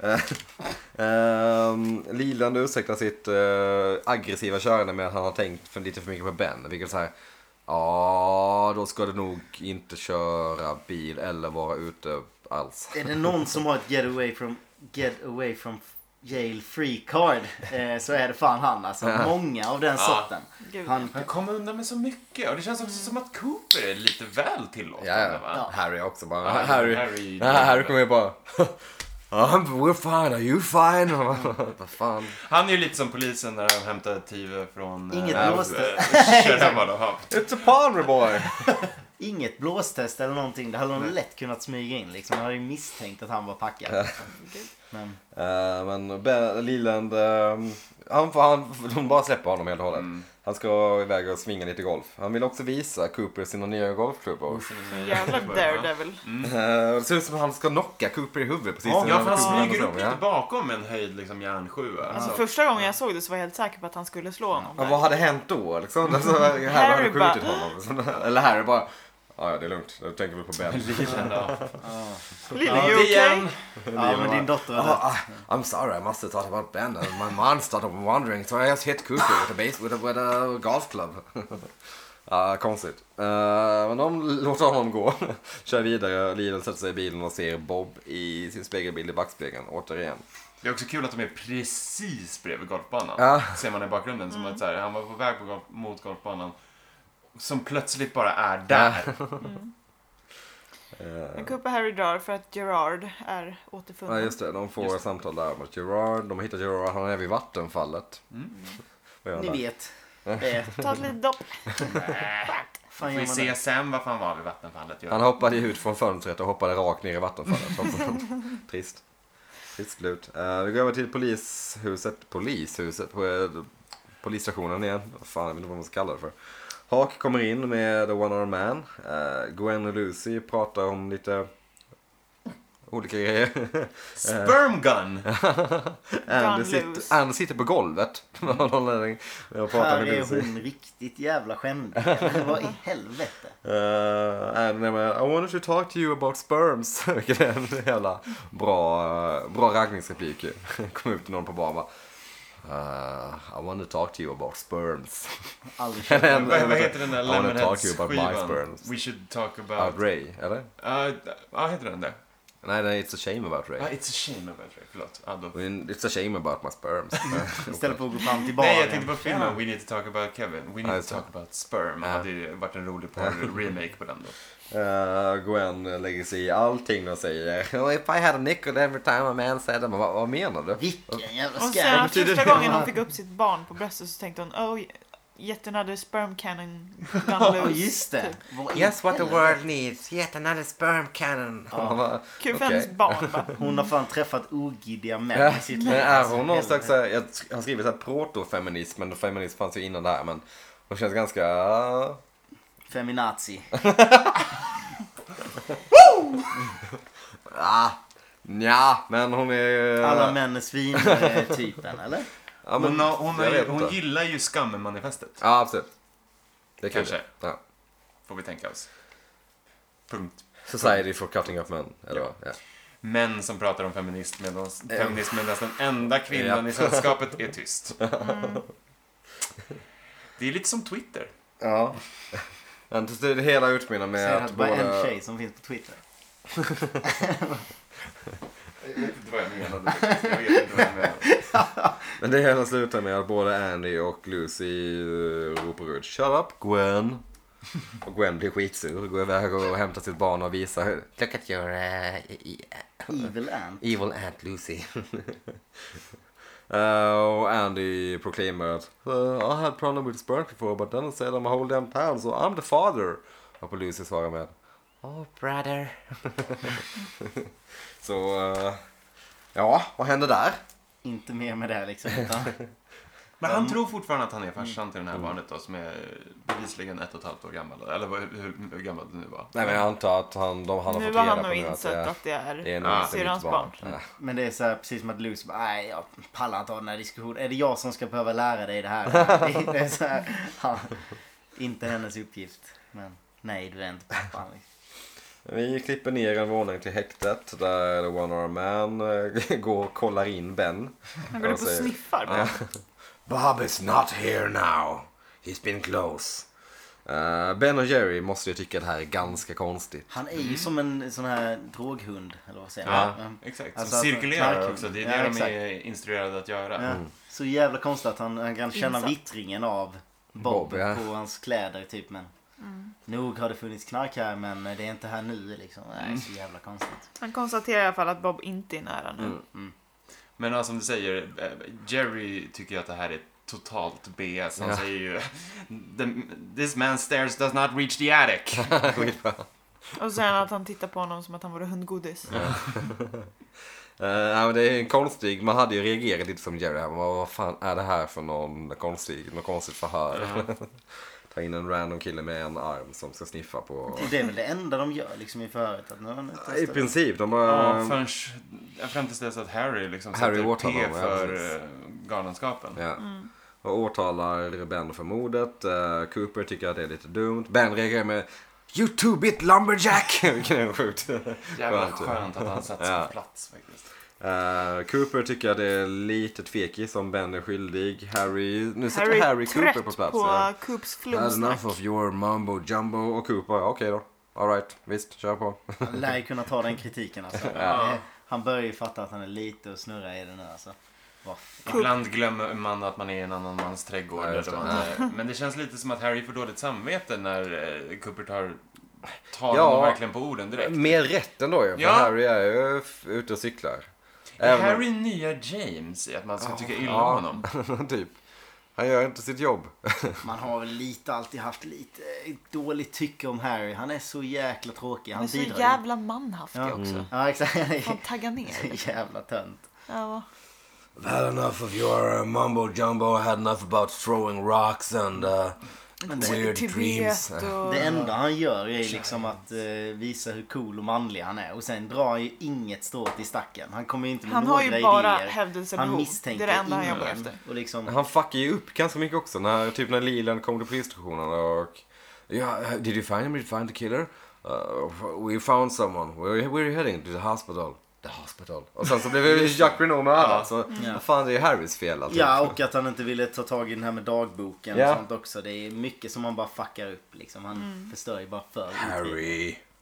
Leland ursäktar sitt aggressiva körande med att han har tänkt för lite för mycket på Ben. Vilket så här, ja, då ska du nog inte köra bil eller vara ute alls. Är det någon som har ett get away from jail free card så är det fan han alltså. Många av den sorten. Gud. Han, Han kommer undan med så mycket och det känns också som att Cooper är lite väl tillåtande, va? Ja. Harry också bara. Ja, Harry kommer ju bara... we're fine, are you fine? Vad fan. Han är ju lite som polisen när de hämtar Tive från... Inget blåste. It's a Palmer boy. inget blåstest eller någonting. Det hade de lätt kunnat smyga in liksom. Man hade ju misstänkt att han var packad. Men Men Leland, de bara släpper honom helt och hållet. Han ska iväg och svinga lite golf. Han vill också visa Cooper sina nya golfklubbor. Jävla Daredevil. Det ser ut som att han ska knocka Cooper i huvudet precis. Ja, innan för han Cooper smyger landar upp fram, lite bakom en höjd liksom järnsjua. Alltså, första gången jag såg det så var jag helt säker på att han skulle slå honom. Ja, där. vad hade hänt då? Liksom? Alltså, Harry hade skjutit honom. Eller Harry bara... Ja, det är lugnt. Jag tänker väl på Ben. Lille, Ja, you det okay? ja, men din dotter var där. I'm sorry, I must have thought about Ben. My mind started wandering, so I just hit Cooper with a golf club. Ja, konstigt. Men de låter honom gå. Kör vidare. Lidl sätter sig i bilen och ser Bob i sin spegelbild i backspegeln. Återigen. Det är också kul att de är precis bredvid golfbanan. Ja. Ser man i bakgrunden. Som att så här, han var på väg mot golfbanan. Som plötsligt bara är där. Men Cooper Harry drar för att Gerard är Ja, återfunnen. just det. De får Just det. samtal där med Gerard. De hittar Gerard. Han är vid vattenfallet. Vad gör han Ni där? vet. Det är, Ta ett litet dopp. fan Får gör vi man se det? sen vad fan var vid vattenfallet. Han hoppade ut från fönstret och hoppade rakt ner i vattenfallet. Trist. Trist slut. Vi går över till polishuset. Polisstationen igen. Fan, jag vet inte vad man ska kalla det för. Hawk kommer in med The One-Armed Man. Gwen och Lucy pratar om lite olika grejer. Sperm gun! Andy sitter på golvet. och pratar Här med är Lucy. hon riktigt jävla skämdig. Vad i helvete? Andy med I wanted to talk to you about sperms. Vilket är en jävla bra raggningsreplik. Kom ut till någon på bar och bara I want to talk to you about sperms. Aldrig köpt den. Vad heter den där I wanna talk to you about my Lemonheads-skivan? sperms. We should talk About about... Ray, eller? Ja, heter den det? Nej, It's a shame about Ray. It's a shame about Ray, förlåt. It's a shame about my sperms. Istället för att gå fram till baren. Nej, jag tänkte på filmen We Need to Talk About Kevin. We Need to Talk About Sperm. Det hade ju varit en rolig remake på den då. Gwen lägger sig i allting och säger oh, if I had a nickel every time a man said them. Vad menar du? Vilken jävla Och skam. sen första gången hon fick upp sitt barn på bröstet så tänkte hon yet another sperm cannon gone loose. Just det. Typ. Yes, what the world needs. Yet another sperm cannon. Kul för hennes barn bara. Hon har fan träffat ogiddiga män i sitt liv. Men är hon någon slags, jag har skrivit så här protofeminism, men feminism fanns ju innan det här, men hon känns ganska... Feminazi. Ja, men hon är... Alla män är svin typen, eller? Ja, men, Hon gillar ju skammanifestet. Ja, absolut. Det kanske. Ja. Får vi tänka oss. Punkt. Society for cutting up men. Eller vad? Ja. Män som pratar om feminism medan den enda kvinnan i sällskapet är tyst. Det är lite som Twitter. Ja. Men det hela utmynnar med Säger att bara en tjej som finns på Twitter. Jag vet inte vad jag menade. Men det hela slutar med att både Andy och Lucy ropar ut Shut up Gwen. Och Gwen blir skitsur, går iväg och hämtar sitt barn och visar Look at your evil aunt Lucy. Och Andy proclaimar att I had problem with sperm before but then I said I'm a whole damn town so I'm the father. Och på Lucy svarar med Oh brother. Så ja, vad händer där? Inte mer med det liksom. Utan... Men han tror fortfarande att han är farsan till den här barnet då, som är bevisligen 1,5 år gammal. Eller hur gammal det nu var. Nej, men jag antar att han har fått Nu reda har han på nog nu insett att det är nog syrrans mitt barn. Ja. Men det är så här, precis som att Lucy bara, nej jag pallar inte ha den här diskussionen. Är det jag som ska behöva lära dig det här? Det är så här, inte hennes uppgift. Men nej, du är inte pappan. Vi klipper ner en våning till häktet där The One Arm Man går och kollar in Ben. Han går upp och sniffar. Bob is not here now. He's been close. Ben och Jerry måste ju tycka det här är ganska konstigt. Han är ju som en sån här droghund, eller vad säger man? Ja, exakt. Alltså, som cirkulerar knarkhund. också. Det är det de är instruerade att göra. Ja. Så jävla konstigt att han kan känna vittringen av Bob ja. på hans kläder typ. Men nog har det funnits knark här, men det är inte här nu liksom. Nej, så jävla konstigt. Han konstaterar i alla fall att Bob inte är nära nu. Men som du säger, Jerry tycker att det här är totalt BS. Han säger ju This man's stairs does not reach the attic. Och sen att han tittar på honom som att han vore hundgodis. Men det är konstigt. Man hade ju reagerat lite som Jerry. Vad fan är det här för något konstigt förhör? Ta in en random kille med en arm som ska sniffa på... Det är väl det enda de gör liksom i förhöret. Att nu I princip. De bara... Fram tills dess att Harry liksom Harry sätter åtalar P dem, för galenskapen. Ja. Och åtalar Ben för mordet. Cooper tycker att det är lite dumt. Ben reagerar med You two-bit lumberjack! Vilken är sjukt. Jävla skönt att han satt på plats faktiskt. Cooper tycker att det är lite tvekigt som Ben är skyldig. Nu sätter Harry Cooper på plats. På Coops flumsnack. Enough of your mumbo jumbo. Och Cooper, okej då. All right, visst, kör på. Han lär ju kunna ta den kritiken alltså. Han börjar ju fatta att han är lite och snurra i det nu alltså. Ibland glömmer man att man är i en annan mans trädgård. Men det känns lite som att Harry får dåligt samvete när Cooper tar honom verkligen på orden direkt. Mer rätt ändå ju, för Harry är ju ute och cyklar. Är Harry nya James i att man ska tycka illa om honom? Typ. Han gör inte sitt jobb. Man har väl alltid haft lite dåligt tycke om Harry. Han är så jäkla tråkig. Han är så jävla manhaftig också. Ja, exakt. Han taggar ner. Så jävla tönt. Ja. I've had enough of your mumbo jumbo. I had enough about throwing rocks and weird dreams. Det enda han gör är liksom att visa hur cool och manlig han är. Och sen drar ju inget strå till stacken. Han kommer ju inte med han några har ju idéer. bara hävdelsebehov. Han misstänker det är det enda ingen. han jobbar efter. Och liksom... Han fuckar ju upp ganska mycket också. När Leland kom till polisstationen och... did you find him? Did you find the killer? We found someone. Where are you heading? To the hospital. Och sen så blev det Jack Renault med alla. Så vad fan, det är Harrys fel alltså. Ja, och att han inte ville ta tag i den här med dagboken och sånt också. Det är mycket som han bara fuckar upp liksom. Han förstör ju bara för Harry.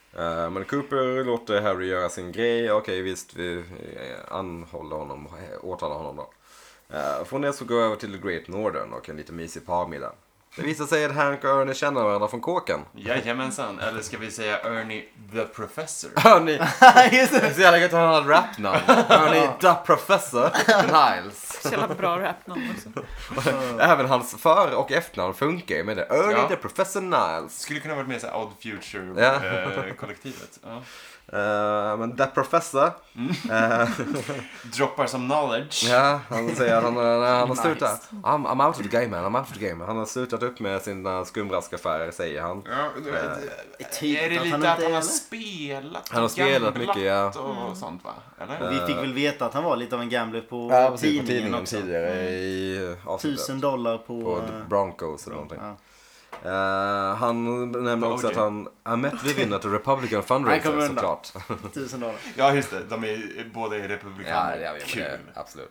Men Cooper låter Harry göra sin grej. Okej, visst, vi anhåller honom, åtalar honom då. Från det så går jag över till The Great Northern och en lite mysig parmiddag. Det visar sig att Hank och Ernie känner varandra från kåken. Jajamensan, eller ska vi säga Ernie the Professor? Ernie, det är så jävla gött att han har ett rapnamn. Ernie the Professor Niles. Så jävla bra rapnamn också. Även hans för- och efternamn funkar ju med det. Ernie the Professor Niles. Skulle kunna varit med i så här Odd Future-kollektivet. Ja. Men The Professor Droppar som knowledge. ja, han säger att han har Nice. slutat. I'm out of the game, man. I'm out of the game. Han har slutat upp med sina skumraskaffärer, säger han. Ja, Typ är det att lite han att inte han har är, spelat? Han har spelat gamblat mycket, ja. Och sånt, va? Eller? Och vi fick väl veta att han var lite av en gambler på Ja, precis, på tidningen tidningen också. tidigare i avsnittet. $1,000 På The Broncos eller någonting. Ja. Han nämner också OJ. att han met Vivian at the Republican Han kommer fundraiser, undan. såklart. $1,000. Ja, just det. De är båda är republikaner. Ja, Kul. absolut.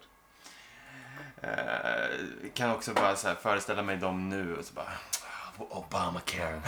Kan också bara så här föreställa mig dem nu och så bara Obamacare.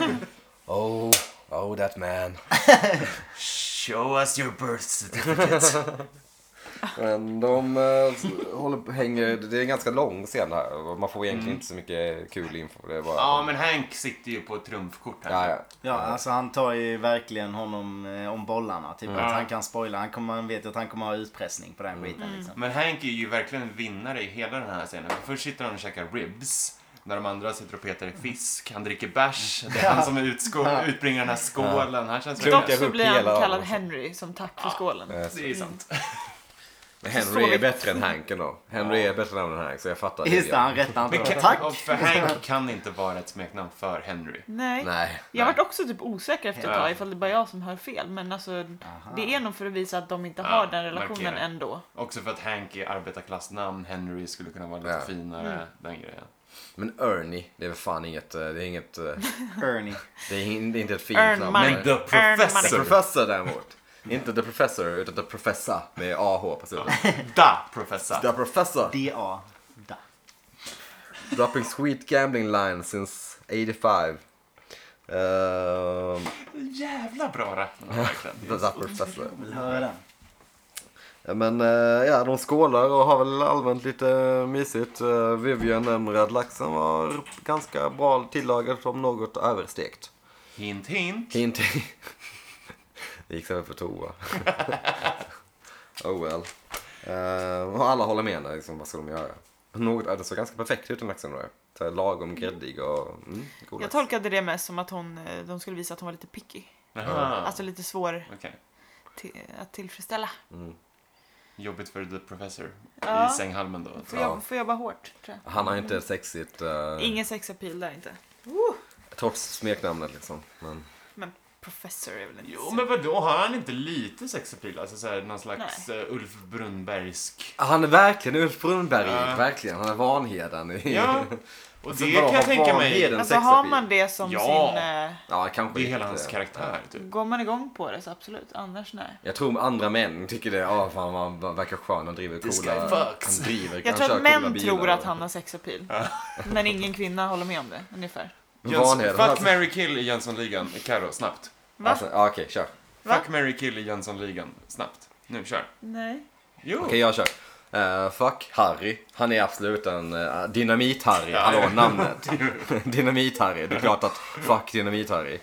Oh, that man. Show us your birth certificate. Men de hänger, det är en ganska lång scen här. Man får egentligen inte så mycket kul info. Det är bara, Ja, men Hank sitter ju på ett trumfkort här. ja. Ja, alltså han tar ju verkligen honom om bollarna. Typ Ja. att han kan spoila. Han vet ju att han kommer ha utpressning på den skiten liksom. Men Hank är ju verkligen en vinnare i hela den här scenen. För först sitter han och käkar ribs. När de andra sitter och petar i fisk. Han dricker bärs. Det är han som utbringar den här skålen. Han känns Klunkar Dock verkligen... så upp blir hela han kallad också. Henry som tack för skålen. Det är sant. Men Henry är bättre än Hank ändå. Henry är bättre än Hank, så jag fattar Just det, han rättar Men inte. kan, Tack! och för Hank kan inte vara ett smeknamn för Henry. Nej. Nej. Jag vart också typ osäker efter ett Ja. tag ifall det bara jag som hör fel. Men alltså, det är nog för att visa att de inte Ja, har den relationen markera. ändå. Också för att Hank är arbetarklassnamn. Henry skulle kunna vara lite Ja. finare. Den grejen. Men Ernie, det är väl fan inget, det är Ernie. det är inte ett fint Earn namn. money. Men The Earn Professor. The Professor däremot. Inte The Professor, utan The Professor med AH på slutet. Da Professor. The Professor. D.A. Da. Dropping sweet gambling lines since 85. Jävla bra rappning verkligen. The Professor. Vill höra den? Men ja, de skålar och har väl allmänt lite mysigt. Vivian nämner att laxen var ganska bra tillagad, som något överstekt. Hint hint. Hint. Det gick så för toa. Oh well. Och alla håller med, liksom, vad ska de göra? Det såg ganska perfekt ut, den laxen då. Så lagom gräddig och god Jag lax. tolkade det mest som att de skulle visa att hon var lite picky. Jaha. Alltså lite svår Okej. att tillfredsställa. Jobbigt för The Professor Ja. i sänghalmen då. Får jobba hårt, tror jag. Han har inte ett sexigt, Ingen sexappeal där inte. trots smeknamnet liksom. Men Professor är väl inte Jo, men vadå? Har han inte lite sexappeal? Alltså såhär, någon slags Ulf Brunnbergsk... han är verkligen Ulf Brunnberg, Ja. verkligen. Han är Vanheden. Ja, och Alltså, det vadå, kan jag har tänka mig. Vanheden Alltså sexappeal? har man det som Ja. sin... Ja, kanske Det är hela inte. hans karaktär, typ. Går man igång på det så absolut, annars nej. Jag tror andra män tycker det. Fan, man verkar skön. Han driver This coola... guy fucks. Han driver, Jag han tror kör att coola män bilar tror att och- han har sexappeal. Men ingen kvinna håller med om det, ungefär. Vanheden. Fuck, marry, kill i Jönssonligan. Karo, snabbt. Va? Alltså, ja, okej, kör. Va? Fuck, marry, kill i Jönssonligan. Snabbt. Nu, kör. Nej. Jo. Okej, jag kör. Fuck Harry. Han är absolut en Dynamit-Harry. Ja. Hallå, namnet. Dynamit-Harry. Det är klart att fuck Dynamit-Harry.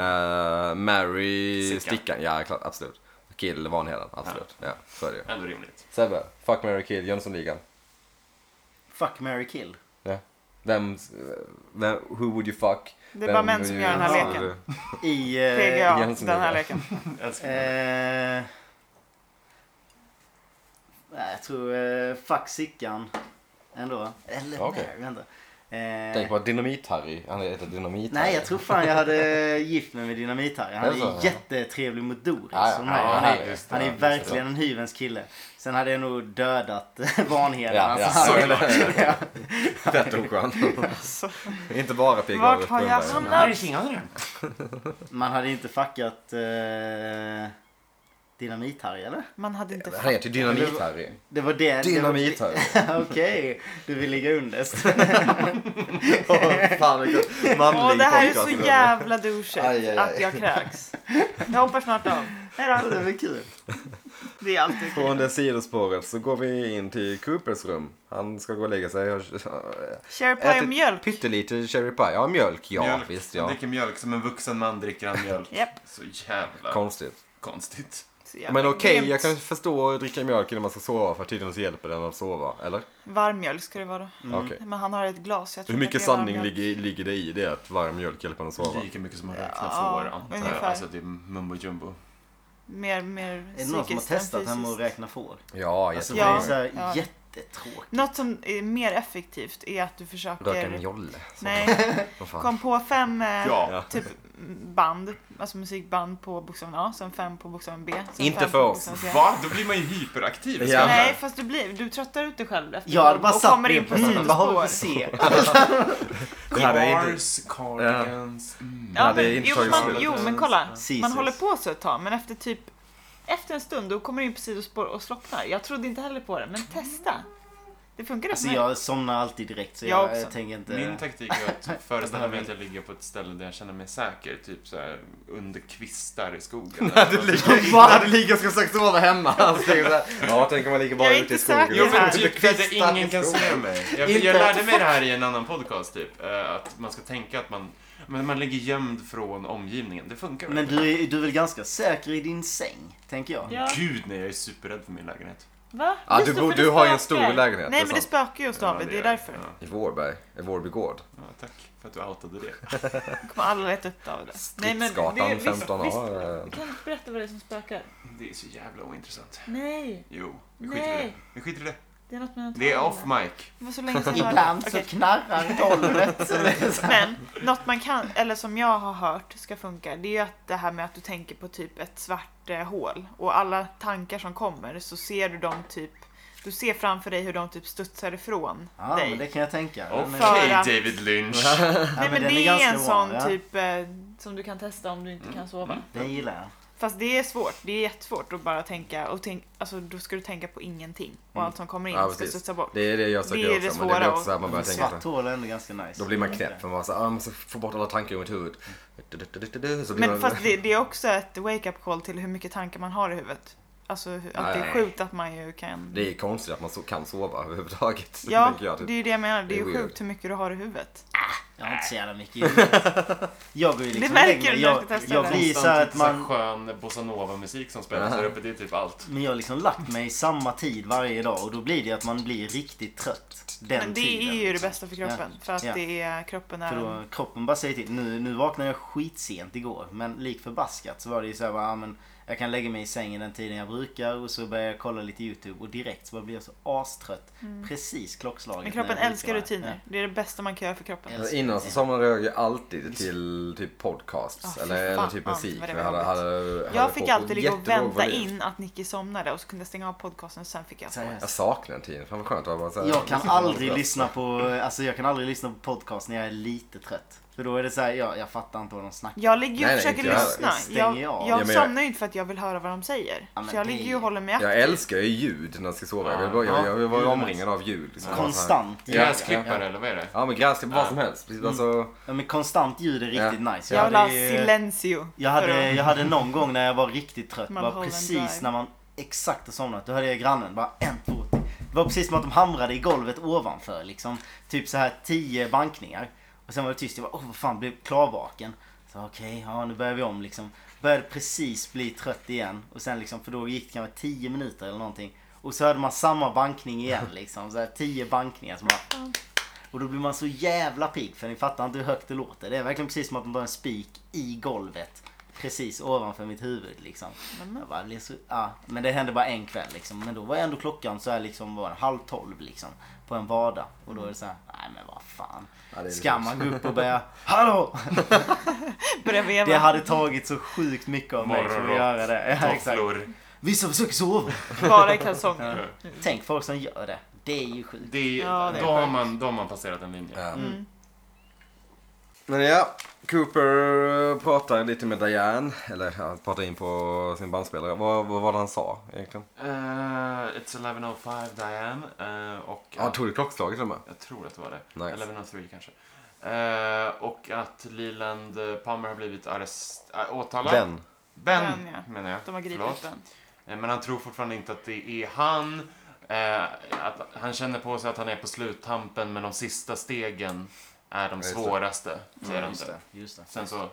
Mary Sickan. Stickan. Ja, klart, absolut. Kill Vanheden, absolut. Ja, så är det ju. Ändå rimligt. Sebbe. Fuck, Mary Kill, Jönssonligan. Fuck, marry, kill. Vem, who would you fuck? Det är bara män som gör den här Ja. leken. I... PGA, Jensen den här leken. leken. Älskar det. Nej, jag tror fuck Sickan ändå. Eller Okej. nej, vänta. Tänk på Dynamit-Harry. Han heter Dynamit-Harry. Nej, jag tror fan jag hade gift mig med Dynamit-Harry. Han Är det så? är jättetrevlig mot Doris. Ja, ja. som mig. Ja, han är, just det. han är Ja, verkligen en hyvens kille. Sen hade jag nog dödat Vanheden. Ja, Alltså, ja. ja. Fett oskön. Alltså, Inte bara pigga Vart Ulf har jag Brunnberg. hamnat? Här är fingrarna. Man hade inte fuckat Dynamit-Harry, eller? man hade inte Han heter ju Dynamit-Harry. Det var det. Dynamit-Harry. Okej, du vill ligga underst. Fan vilken manlig Åh, det här är podcast. så jävla douchigt Aj, aj, aj. att jag kräks. Jag hoppar snart av. Hej då. Det är kul. Det är alltid Från kul. det sidospåret så går vi in till Coopers rum. Han ska gå och lägga sig. Cherry pie och mjölk. Pyttelite cherry pie. Ja, mjölk. Ja, Mjölk. visst. Han Ja. dricker mjölk som en vuxen man dricker han mjölk. Japp. Så jävla konstigt. Så jävla Men okej, grymt. jag kan förstå att dricka mjölk innan man ska sova för tydligen så hjälper den att sova, eller? Varm mjölk ska det vara då. Okej. Men han har ett glas. Jag tror Hur mycket att det är varm sanning mjölk. ligger det i det att varm mjölk hjälper en att sova? Lika mycket som man räknar Ja, får, antar jag. ungefär. Alltså det är mumbo jumbo. Mer Är det någon som har psykiskt än testat hemma och fysiskt. räkna får? Ja, Alltså jättebra. det är så här Ja. jättetråkigt. Något som är mer effektivt är att du Röka försöker... en jolle. Så. Nej, Vad fan. kom på 5 Ja. typ band, alltså musikband på bokstaven A, sen 5 på bokstaven B. Sen Inte 5 för på oss. bokstaven C. Va? Då blir man ju hyperaktiv. Ja. Ska Nej, jag- fast du tröttar ut dig själv efter Jag hade bara och satt kommer det in på vad har vi sidospår. för se? Det här är inte... Cars, cardigans. Ja, Ja, det är men, inte jo, tagit man, slut. jo, men kolla. Ceases. Man håller på så ett tag, men efter en stund då kommer du in på sidospår och slocknar. Jag trodde inte heller på det, men testa. Det funkar Alltså för mig. jag somnar alltid direkt så Jag jag också. tänker inte... Min taktik är att föreställa mig att jag ligger på ett ställe där jag känner mig säker. Typ så här under kvistar i skogen. När du ligger och ska försöka sova hemma. Han säger så här, ja, tänk om man ligger bara Jag är ute i inte skogen. säker Jo, men här. typ där ingen kan se mig. Jag Inte. lärde mig det här i en annan podcast typ. Att man ska tänka att man ligger gömd från omgivningen. Det funkar Men väl? du är väl ganska säker i din säng, tänker jag. Ja. Gud nej, jag är superrädd för min lägenhet. Va? Ja, Just det, för du det har ju en spökar. stor lägenhet. Nej, det är men det sant. spökar ju hos David, det är därför. Ja. I Vårberg, i Vårby gård. Ja, tack för att du outade det. Kommer alla leta upp David. Stridsgatan visst, 15A. kan du berätta vad det är som spökar? Det är så jävla ointressant. Nej, Jo, vi skiter i Nej. det. Vi skiter i det. det är något med Det är off mic. Det var så länge sedan jag hörde. Ibland så Okej. knarrar golvet. Så det är så här. Men något man kan, eller som jag har hört ska funka, det är ju att det här med att du tänker på typ ett svart hål och alla tankar som kommer så ser du dem typ, du ser framför dig hur de typ studsar ifrån Ja, dig. men det kan jag tänka. Okej, Men- För att- David Lynch. Ja, Nej, men den det är ganska en bra, sån ja. typ som du kan testa om du inte kan sova. Det gillar jag. Fast det är svårt, det är jättesvårt att bara tänka och alltså då ska du tänka på ingenting och allt som kommer in Ja, ska precis. studsa bort. Det är det jag Det söker är det också. Men det blir svåra också så här man börjar tänka så Svart här. hål är ändå ganska nice. Då blir man knäpp för man bara så här, man måste få bort alla tankar ur mitt huvud. Så blir Men man... fast det är också ett wake-up call till hur mycket tankar man har i huvudet. Alltså att det är Nej. sjukt att man ju kan... Det är konstigt att man kan sova överhuvudtaget. Ja, tänker jag, typ. det är ju det jag menar. Det Det är är ju weird. sjukt hur mycket du har i huvudet. Jag har inte så jävla mycket i huvudet. Jag går ju liksom Det och märker lägger mig. du när du ska testa Jag det. blir så här att Så här man... skön bossanova-musik som spelas Ja. där uppe, det är typ allt. Men jag har liksom lagt mig samma tid varje dag och då blir det att man blir riktigt trött den Men det tiden. är ju det liksom. bästa för kroppen. För att Ja. det är, kroppen är... För då kroppen bara säger till. Nu vaknade jag skitsent igår. Men lik förbaskat så var det ju så här, ja, men jag kan lägga mig i sängen den tiden jag brukar och så börjar jag kolla lite YouTube och direkt så blir jag så astrött. Precis klockslaget. Men kroppen när jag älskar brukar. rutiner. Det är det bästa man kan göra för kroppen. Älskar Innan så somnade jag ju alltid till typ podcasts Ja, fy eller fan, typ ja, musik. vad det Jag var jobbigt. hade Jag fick på alltid ligga och jättelåg vänta volym. in att Nicky somnade och så kunde jag stänga av podcasten och sen fick jag sova. Seriöst. Jag saknar den tiden. Fan vad skönt att bara så här, Jag kan sitta och aldrig rösta. lyssna på, alltså jag kan aldrig lyssna på podcast när jag är lite trött. För då är det så här, jag fattar inte vad de snackar. Jag ligger ju och Nej, försöker inte jag heller. lyssna. Jag stänger av. Jag Ja, men jag- somnar ju inte för att jag vill höra vad de säger. Ja, men så jag det- ligger ju och håller mig Jag aktiv. älskar ju ljud när jag ska sova. Ja. Jag vill vara Ja. omringad av ljud. Liksom. Konstant. Ja. Gräsklippare eller vad är det? Ja men gräsklipp, vad som helst. Precis, alltså, Ja, men konstant ljud är riktigt nice. Jag vill ha ju- silencio. jag hade någon gång när jag var riktigt trött, bara Mulholland precis Drive. när man exakt har somnat, då hörde jag grannen bara 1, 2, 3. Det var precis som att de hamrade i golvet ovanför liksom. Typ så här 10 bankningar. Och sen var det tyst, jag bara vad fan, blev klarvaken. Så okej, ja nu börjar vi om liksom. Började precis bli trött igen. Och sen liksom, för då gick det kanske 10 minuter eller någonting. Och så hörde man samma bankning igen liksom. Så här 10 bankningar som bara... Och då blir man så jävla pigg, för ni fattar inte hur högt det låter. Det är verkligen precis som att man drar en spik i golvet. Precis ovanför mitt huvud liksom. Jag bara blev så, ja, men det hände bara en kväll liksom. Men då var ändå klockan så här liksom, var det 11:30 liksom. På en vardag. Och då är det så här, nej men vad fan. ja, det är Ska man gå upp och börja, hallå! Börjar veva. Det hade tagit så sjukt mycket av mig för att Morgonrock, göra det. Ja, exakt. Tofflor. Vissa försöker sova. Bara i kalsonger. Tänk folk som gör det. Det är ju sjukt. Det är, Ja, det är då, har sjukt. man, passerat en linje. ja. Mm. Men ja, Cooper pratar lite med Diane. Eller ja, pratar in på sin bandspelare. Vad var det han sa egentligen? It's 11:05 Diane. Och Ja, han tog det klockslaget till och med. jag tror att det var det. Nice. 11:03 kanske. Och att Leland Palmer har blivit åtalad. Ben. Ben ja. menar jag. De har gripit Förlåt. Ben. Men han tror fortfarande inte att det är han. Att han känner på sig att han är på sluttampen, men de sista stegen är de Just det. svåraste. Säger han Just det. det, just det. Sen så...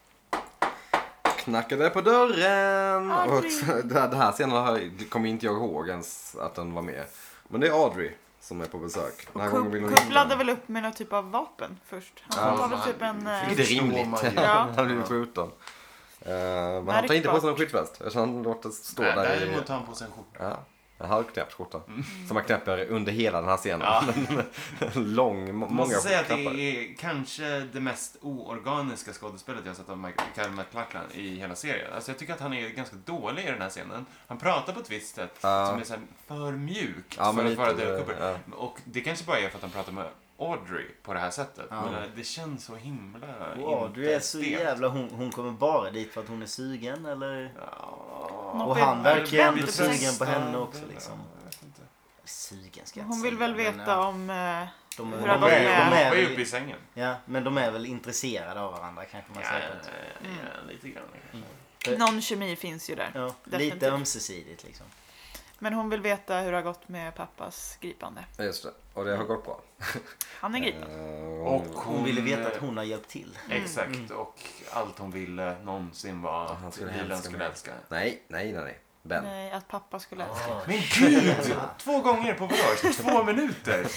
Knackade på dörren! Audrey. Och det här scenen kommer inte jag ihåg ens att den var med. Men det är Audrey som är på besök. Den här gången vill hon Coop inte. laddade väl upp med någon typ av vapen först. Han Ja, tar väl men typ en... han- Vilket är förstår rimligt. man ju. Ja. Han blir skjuten. Men han tar inte på sig någon skyddsväst. Utan han låter stå där i... Däremot tar han på sig en skjorta. Ja, en halvknäppt skjorta. Som man knäpper under hela den här scenen. Lång, Jag många måste säga att knappar. det är kanske det mest oorganiska skådespelet jag har sett av Kyle MacLachlan i hela serien. Alltså jag tycker att han är ganska dålig i den här scenen. Han pratar på ett visst sätt som är så här för mjukt Ja, men för att vara lite, Dale Cooper. ja. Och det kanske bara är för att han pratar med Audrey på det här sättet. Ja. Men det känns så himla Wow, du är så stelt. jävla... Hon kommer bara dit för att hon är sugen, eller? Ja. Och han verkar ändå Vänta, sugen på henne också, liksom. Jag vet inte. Sugen ska jag Hon inte vill väl säga, men, veta ja. om... De hur det har gått De med- hoppar ju väl- upp i sängen. Ja, men de är väl intresserade av varandra, kanske man säger. Lite grann kanske. Någon kemi finns ju där. Ja, Definitivt. lite ömsesidigt liksom. Men hon vill veta hur det har gått med pappas gripande. Just det. Och det har gått bra. Han är gripen. Och Hon ville veta att hon har hjälpt till. Exakt, och allt hon ville någonsin var han att skulle Leland älska skulle mig. älska. Nej. Ben. Nej, att pappa skulle älska. Men gud! 2 gånger på vadå? 2 minuter?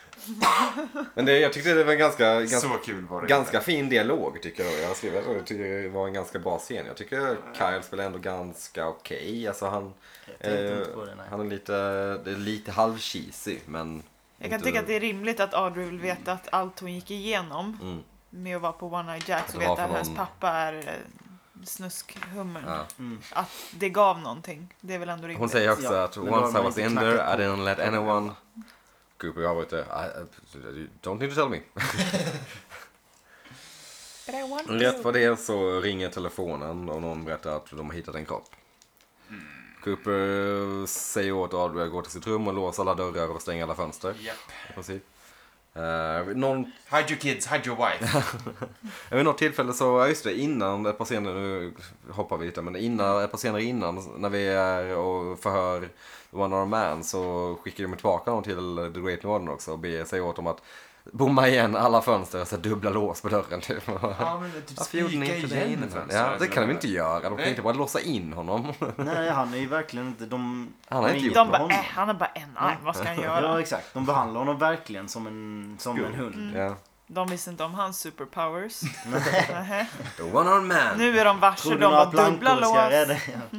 Men jag tyckte det var en Så kul var det ganska inte. fin dialog tycker jag. Jag skrev att jag tycker det var en ganska bra scen. Jag tycker Kyle spelar ändå ganska okej. Alltså han, Jag tänkte inte på det, nej. han är lite halvcheesy men... Jag kan tycka att det är rimligt att Audrey vill veta att allt hon gick igenom med att vara på One Night Jacks och Det var veta att för hennes någon- pappa är snuskhummern. Ja. Att det gav någonting. Det är väl ändå rimligt. Hon säger också Ja, att men då har once I man was inte in there knackat I på. didn't let anyone... Cooper avbryter. You don't need to tell me. But I want Rätt to. vad det är så ringer telefonen och någon berättar att de har hittat en kropp. Cooper säger åt Audrey att gå till sitt rum och låsa alla dörrar och stänga alla fönster. Japp. I princip. Hide your kids, hide your wife. Vid något tillfälle så, just det, innan ett par scener, nu hoppar vi lite, men ett par scener innan när vi är och förhör One Arm Man så skickar de tillbaka dem till The Great Northern också och säger åt dem att bomma igen alla fönster och så dubbla lås på dörren. Typ. Ja, men typ Varför gjorde ni spika inte det igen innan? fönstret, Ja, det kan de eller? inte göra. De kan Nej. inte bara låsa in honom. Nej, han är ju verkligen inte... Han har inte gjort De på bara, honom. han har bara en arm, vad ska han göra? Ja, exakt. De behandlar honom verkligen som en hund. Ja. De visste inte om hans superpowers. Nej. Nähä. The One Arm Man. Nu är de varse, Tror de du några var dubbla plankor ska lås. rädda?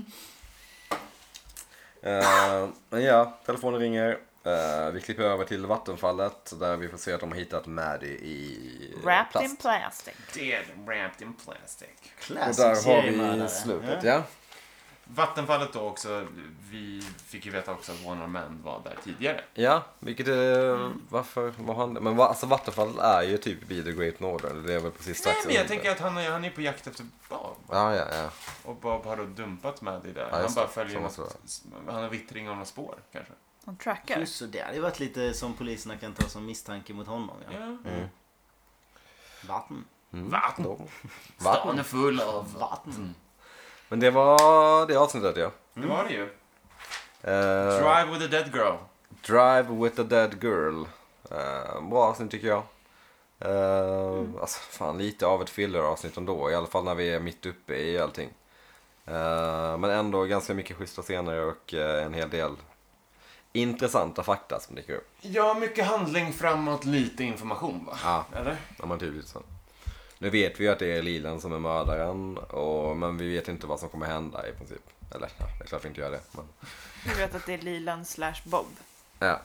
Ja. Men ja, telefonen ringer. Vi klipper över till vattenfallet där vi får se att de har hittat Maddie i Wrapped in plast. plastic. Dead, wrapped in plastic. Och Classic där har vi seriemördare. slutet, Ja. ja. Vattenfallet då också, vi fick ju veta också att One Arm Man var där tidigare. Ja, vilket är... Varför var han det? Men alltså vattenfallet är ju typ vid The Great Northern. Det är väl precis strax Nej, men jag under. tänker att han är på jakt efter Bob. Ja. Och Bob har då dumpat Maddie där. Ja, Han just bara det. följer Så något, måste han har vittring av några spår kanske. De trackar. Så det hade ju varit lite som poliserna kan ta som misstanke mot honom. Ja. Ja. Vatten. Vatten. Vatten. Stan är full av Vatten. Men det var det avsnittet, ja. Det var det ju. Drive. Drive with a dead girl. Drive with a dead girl. Bra avsnitt tycker jag. Alltså fan lite av ett filler-avsnitt ändå. I alla fall när vi är mitt uppe i allting. Men ändå ganska mycket schyssta scener och en hel del intressanta fakta som dyker upp. Ja, mycket handling framåt, lite information va? Ja. Eller? Ja, men tydligt så. Nu vet vi ju att det är Leland som är mördaren. Men vi vet inte vad som kommer hända i princip. Eller ja, det är klart vi inte gör det. Men... Vi vet att det är Leland / Bob. Ja.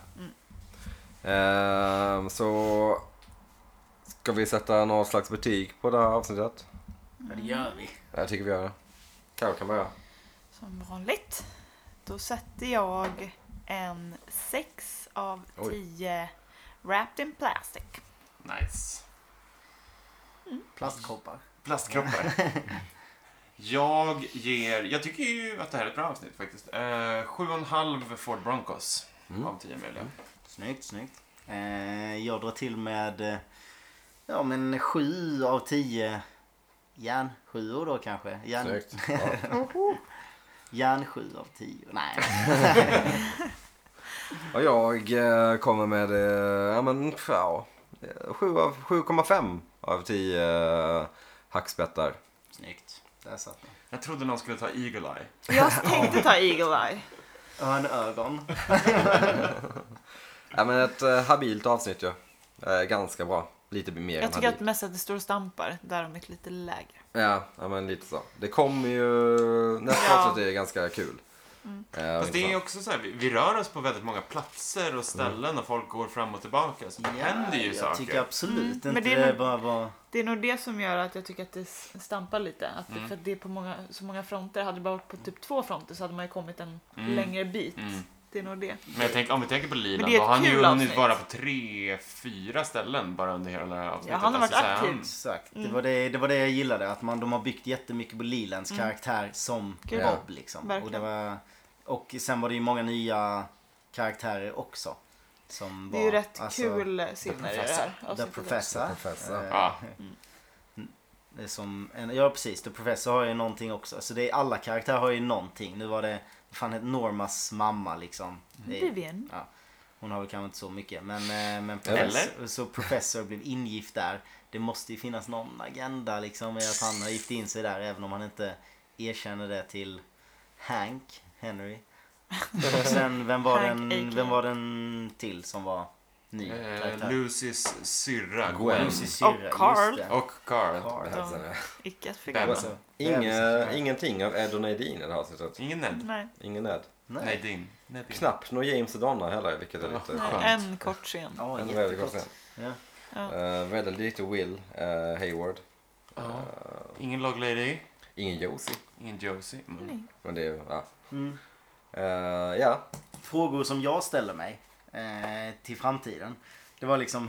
Så ska vi sätta någon slags betyg på det här avsnittet? Ja, det gör vi. Jag tycker vi gör det. Kanske kan börja. Som vanligt. Då sätter jag en 6 av 10 wrapped in plastic. Nice. Plastkoppar. Plastkroppar. Jag tycker ju att det här är ett bra avsnitt faktiskt. 7,5 Ford Broncos av 10 möjliga. Snyggt. Jag drar till med 7 av 10 järn 7 då kanske. Snyggt. Järn 7 av 10. Nej. Och jag kommer med 7,5 av 10 hackspettar. Snyggt. Där satt den. Jag trodde någon skulle ta Eagle Eye. Jag tänkte ta Eagle Eye. Örnögon. Ja, men ett habilt avsnitt ju. Ganska bra. Lite mer Jag än tycker habilt. att mest att det står och stampar. Däremot lite lägre. Ja, men lite så. Det kommer ju... Nästa avsnitt är ganska kul. Fast det är ju också så här, vi rör oss på väldigt många platser och ställen och folk går fram och tillbaka. Så det händer ju jag saker. tycker absolut inte Men det det är är bara... Det är nog det som gör att jag tycker att det stampar lite. Att för att det är på så många fronter. Hade det bara varit på typ 2 fronter så hade man ju kommit en längre bit. Det är nog det. Men om vi tänker på Liland, det är då ett har han ju kul hunnit avsnitt. vara på 3-4 ställen bara under hela det här avsnittet. Ja, han har varit så här, aktiv. Exakt. Det var det jag gillade. Att de har byggt jättemycket på Lelands karaktär som Gud. Bob liksom. Verkligen. Och sen var det ju många nya karaktärer också. Som Det är ju rätt alltså, kul scener i det här The avsnittet Professor. Professor. Ja. Det är som ja precis, The Professor har ju någonting också. Så det är, alla karaktärer har ju någonting. Nu var det, vad fan heter Normas mamma liksom. Vivian. Ja, hon har väl kanske inte så mycket. Men professor, så Professor blev ingift där. Det måste ju finnas någon agenda liksom med att han har gift in sig där. Även om han inte erkänner det till Hank Henry. Och sen vem var den till som var ny karaktär? Lucys syrra Gwen. Gwen. Lucy syrra, Och Carl. just det. Och Carl. Carl. Icke att Bella. förglömma. Ingenting av Ed och Nadine i det här avsnittet. Ingen Ned. Nej. Ingen Ned. Nadine. Knappt någon James och Donna heller, vilket är lite Skönt. En kort scen. Ja, en väldigt jättekort. kort scen. Ja. Väldigt lite Will Hayward. Ja. Ingen Log Lady. Ingen Josie. Ingen Josie. Nej. Men det är ja. Mm. Ja. Frågor som jag ställer mig till framtiden. Det var liksom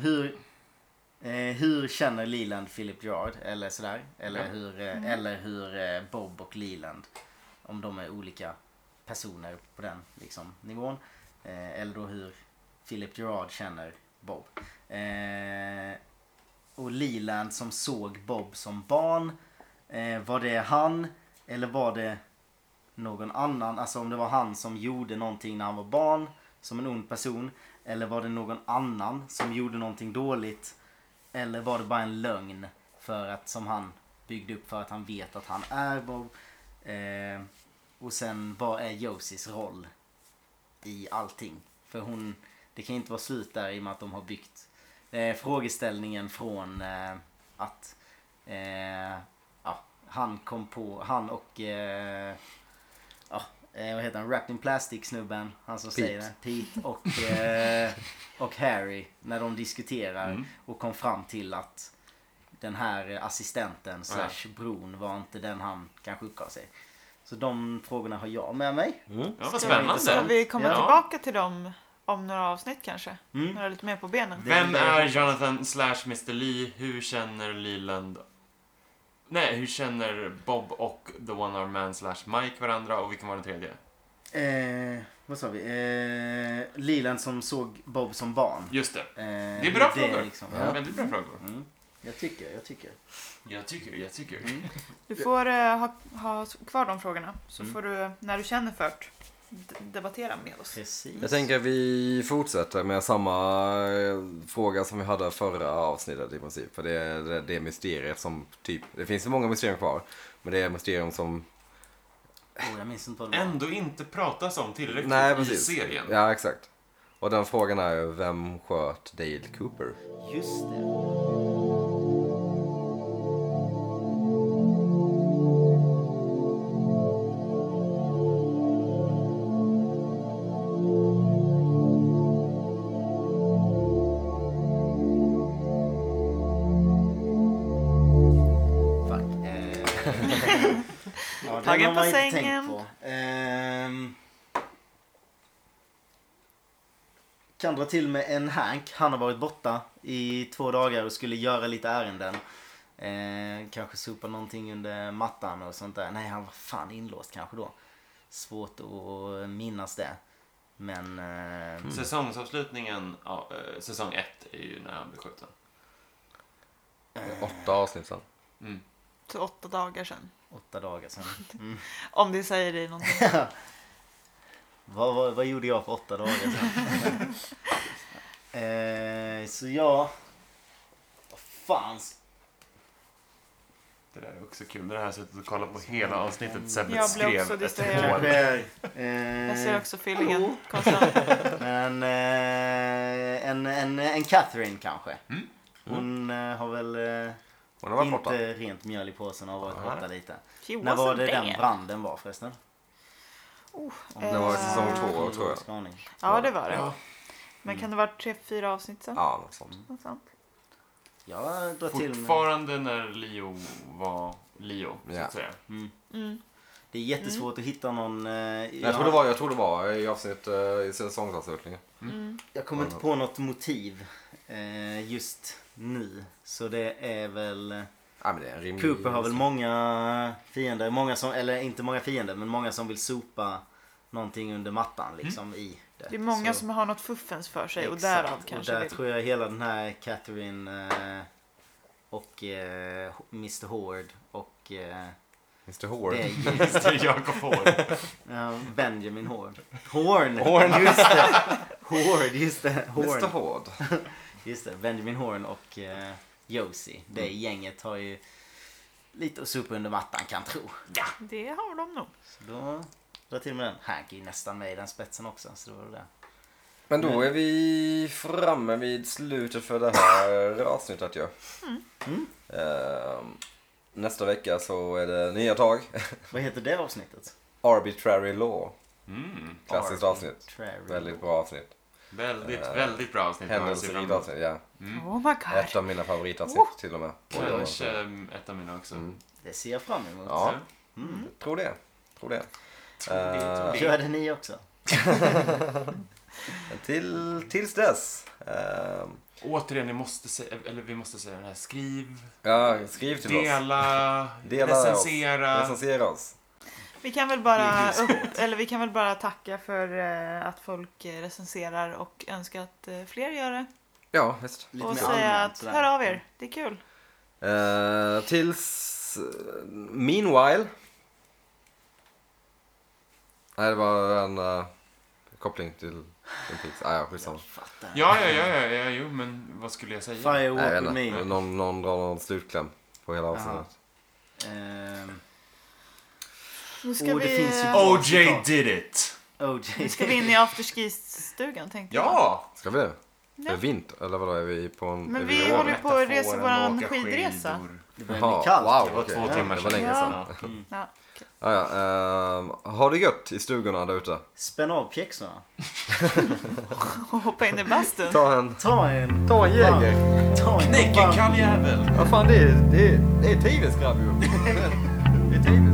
hur känner Leland Philip Gerard eller sådär? Eller hur Bob och Leland, om de är olika personer på den liksom, nivån. Eller då hur Philip Gerard känner Bob. Och Leland som såg Bob som barn. Var det han eller var det någon annan? Alltså om det var han som gjorde någonting när han var barn som en ond person. Eller var det någon annan som gjorde någonting dåligt? Eller var det bara en lögn för att, som han byggde upp för att han vet att han är Bob? Och sen, vad är Josies roll i allting? För det kan inte vara slut där i och med att de har byggt frågeställningen från att han och vad heter han? Wrapped in Plastic snubben, han som Pete. säger det. Pete och Harry, när de diskuterar och kom fram till att den här assistenten / bron var inte den han kanske uppgav sig. Så de frågorna har jag med mig. Ja, vad Ska spännande. vi komma Ja. tillbaka till dem om några avsnitt kanske? Några lite mer på benen. Vem är Jonathan / Mr. Lee? Hur känner Leland... Nej, hur känner Bob och The One-Armed Man / Mike varandra? Och vilken var den tredje? Vad sa vi? Leland som såg Bob som barn. Just det. Det är bra frågor. Liksom. Ja. Väldigt bra frågor. Jag tycker. Jag tycker. Du får ha kvar de frågorna. Så får du, när du känner för det, debattera med oss. Precis. Jag tänker att vi fortsätter med samma fråga som vi hade förra avsnittet i princip. För det är det mysteriet som typ... Det finns ju många mysterier kvar. Men det är mysterium som... Jag minns inte vad det var. Ändå inte pratas om tillräckligt Nej, i precis. serien. Ja, exakt. Och den frågan är ju, vem sköt Dale Cooper? Just det. Ja, Tagen den har man på inte sängen. tänkt på. Kan dra till med en Hank. Han har varit borta i 2 dagar och skulle göra lite ärenden. Kanske sopa någonting under mattan och sånt där. Nej, han var fan inlåst kanske då. Svårt att minnas det. Men... Säsongsavslutningen, säsong 1 är ju när han blir skjuten. 8 avsnitt sen. 8 dagar sedan. 8 dagar sedan. Mm. Om det säger dig någonting. Vad gjorde jag för 8 dagar sedan? Så jag... Vad fan... Det där är också kul. Det här sättet att kolla på hela avsnittet Sebbe Jag blev skrev också ett distraherad. hål. Jag ser också fyllingen konstant. Men en Catherine kanske. Mm. Hon har väl Hon har varit inte borta. rent mjöl i påsen och har varit borta lite. She När var wasn't det den there. branden var förresten? Det var i säsong 2 tror jag. Spaning. Ja, det var det. Ja. Men kan det vara 3-4 avsnitt sen? Ja, något sånt. Något sånt. Jag drar till med... Fortfarande när Leo var Leo, så Ja. att säga. Mm. Det är jättesvårt att hitta någon... Jag tror det var i avsnitt i säsongsavslutningen. Jag kommer inte på något motiv just nu. Så det är väl... Ja, men det är en rimlig... Cooper har väl många fiender. Många som, eller inte många fiender, men många som vill sopa någonting under mattan liksom i det. Det är många Så- som har något fuffens för sig och Exakt. därav kanske och där vill. tror jag hela den här Catherine och Mr. Hård och Mr. Hård. det är Just det, Jakob Hård. Benjamin Hård. Horn! Horn. Just det! Hård, just det. Mr. Horn. Hård. Just det, Benjamin Horn och Josie. Det gänget har ju lite att sopa under mattan kan tro. Ja, det har de nog. Så då drar till med den. Hank är ju nästan med i den spetsen också, så då var det det. Men då är vi framme vid slutet för det här avsnittet ju. Nästa vecka så är det nya tag. Vad heter det avsnittet? Arbitrary Law. Mm. Klassiskt avsnitt. Arbitrary. Väldigt bra avsnitt. Väldigt bra avsnitt. Händelserikt avsnitt, ja. Oh my god. Ett av mina favoritavsnitt till och med. Kanske ett av mina också. Det ser jag fram emot. Ja, Mm. tror det. Tror det. Gör det ni också? Tills dess. Återigen, vi måste säga det här. Skriv, Ja, skriv till oss. dela Recensera recensera. oss. Vi kan väl bara tacka för att folk recenserar och önska att fler gör det. Ja, visst. Lite Och mer säga allmänt att sådär. hör av er, det är kul. Tills... meanwhile. Nej, det var en koppling till Twin Peaks. Ja, skitsamma. Fattar. Ja, jo, men vad skulle jag säga? Nej, Firewalk jag vet with inte. me. Någon drar någon slutkläm på hela avsnittet. Nu ska det vi, finns ju- OJ did it! OJ. ska vi in i afterski-stugan tänkte jag. Ja! Ska vi det? Ja. Är det vinter? Eller vadå? Är vi på en... Men är vi i håller Åre? på att resa våran skidresa. Det börjar Jaha, bli kallt. wow, Det var okej. 2 timmar Det var sedan. länge Ja. sedan. Ja. Ha det gött i stugorna där ute. Spänn av pjäxorna. Och hoppa in i bastun. Ta en Jäger. Ta en Knäcke kalljävel! Vad fan, det är Tives grabb ju. Det är Tives.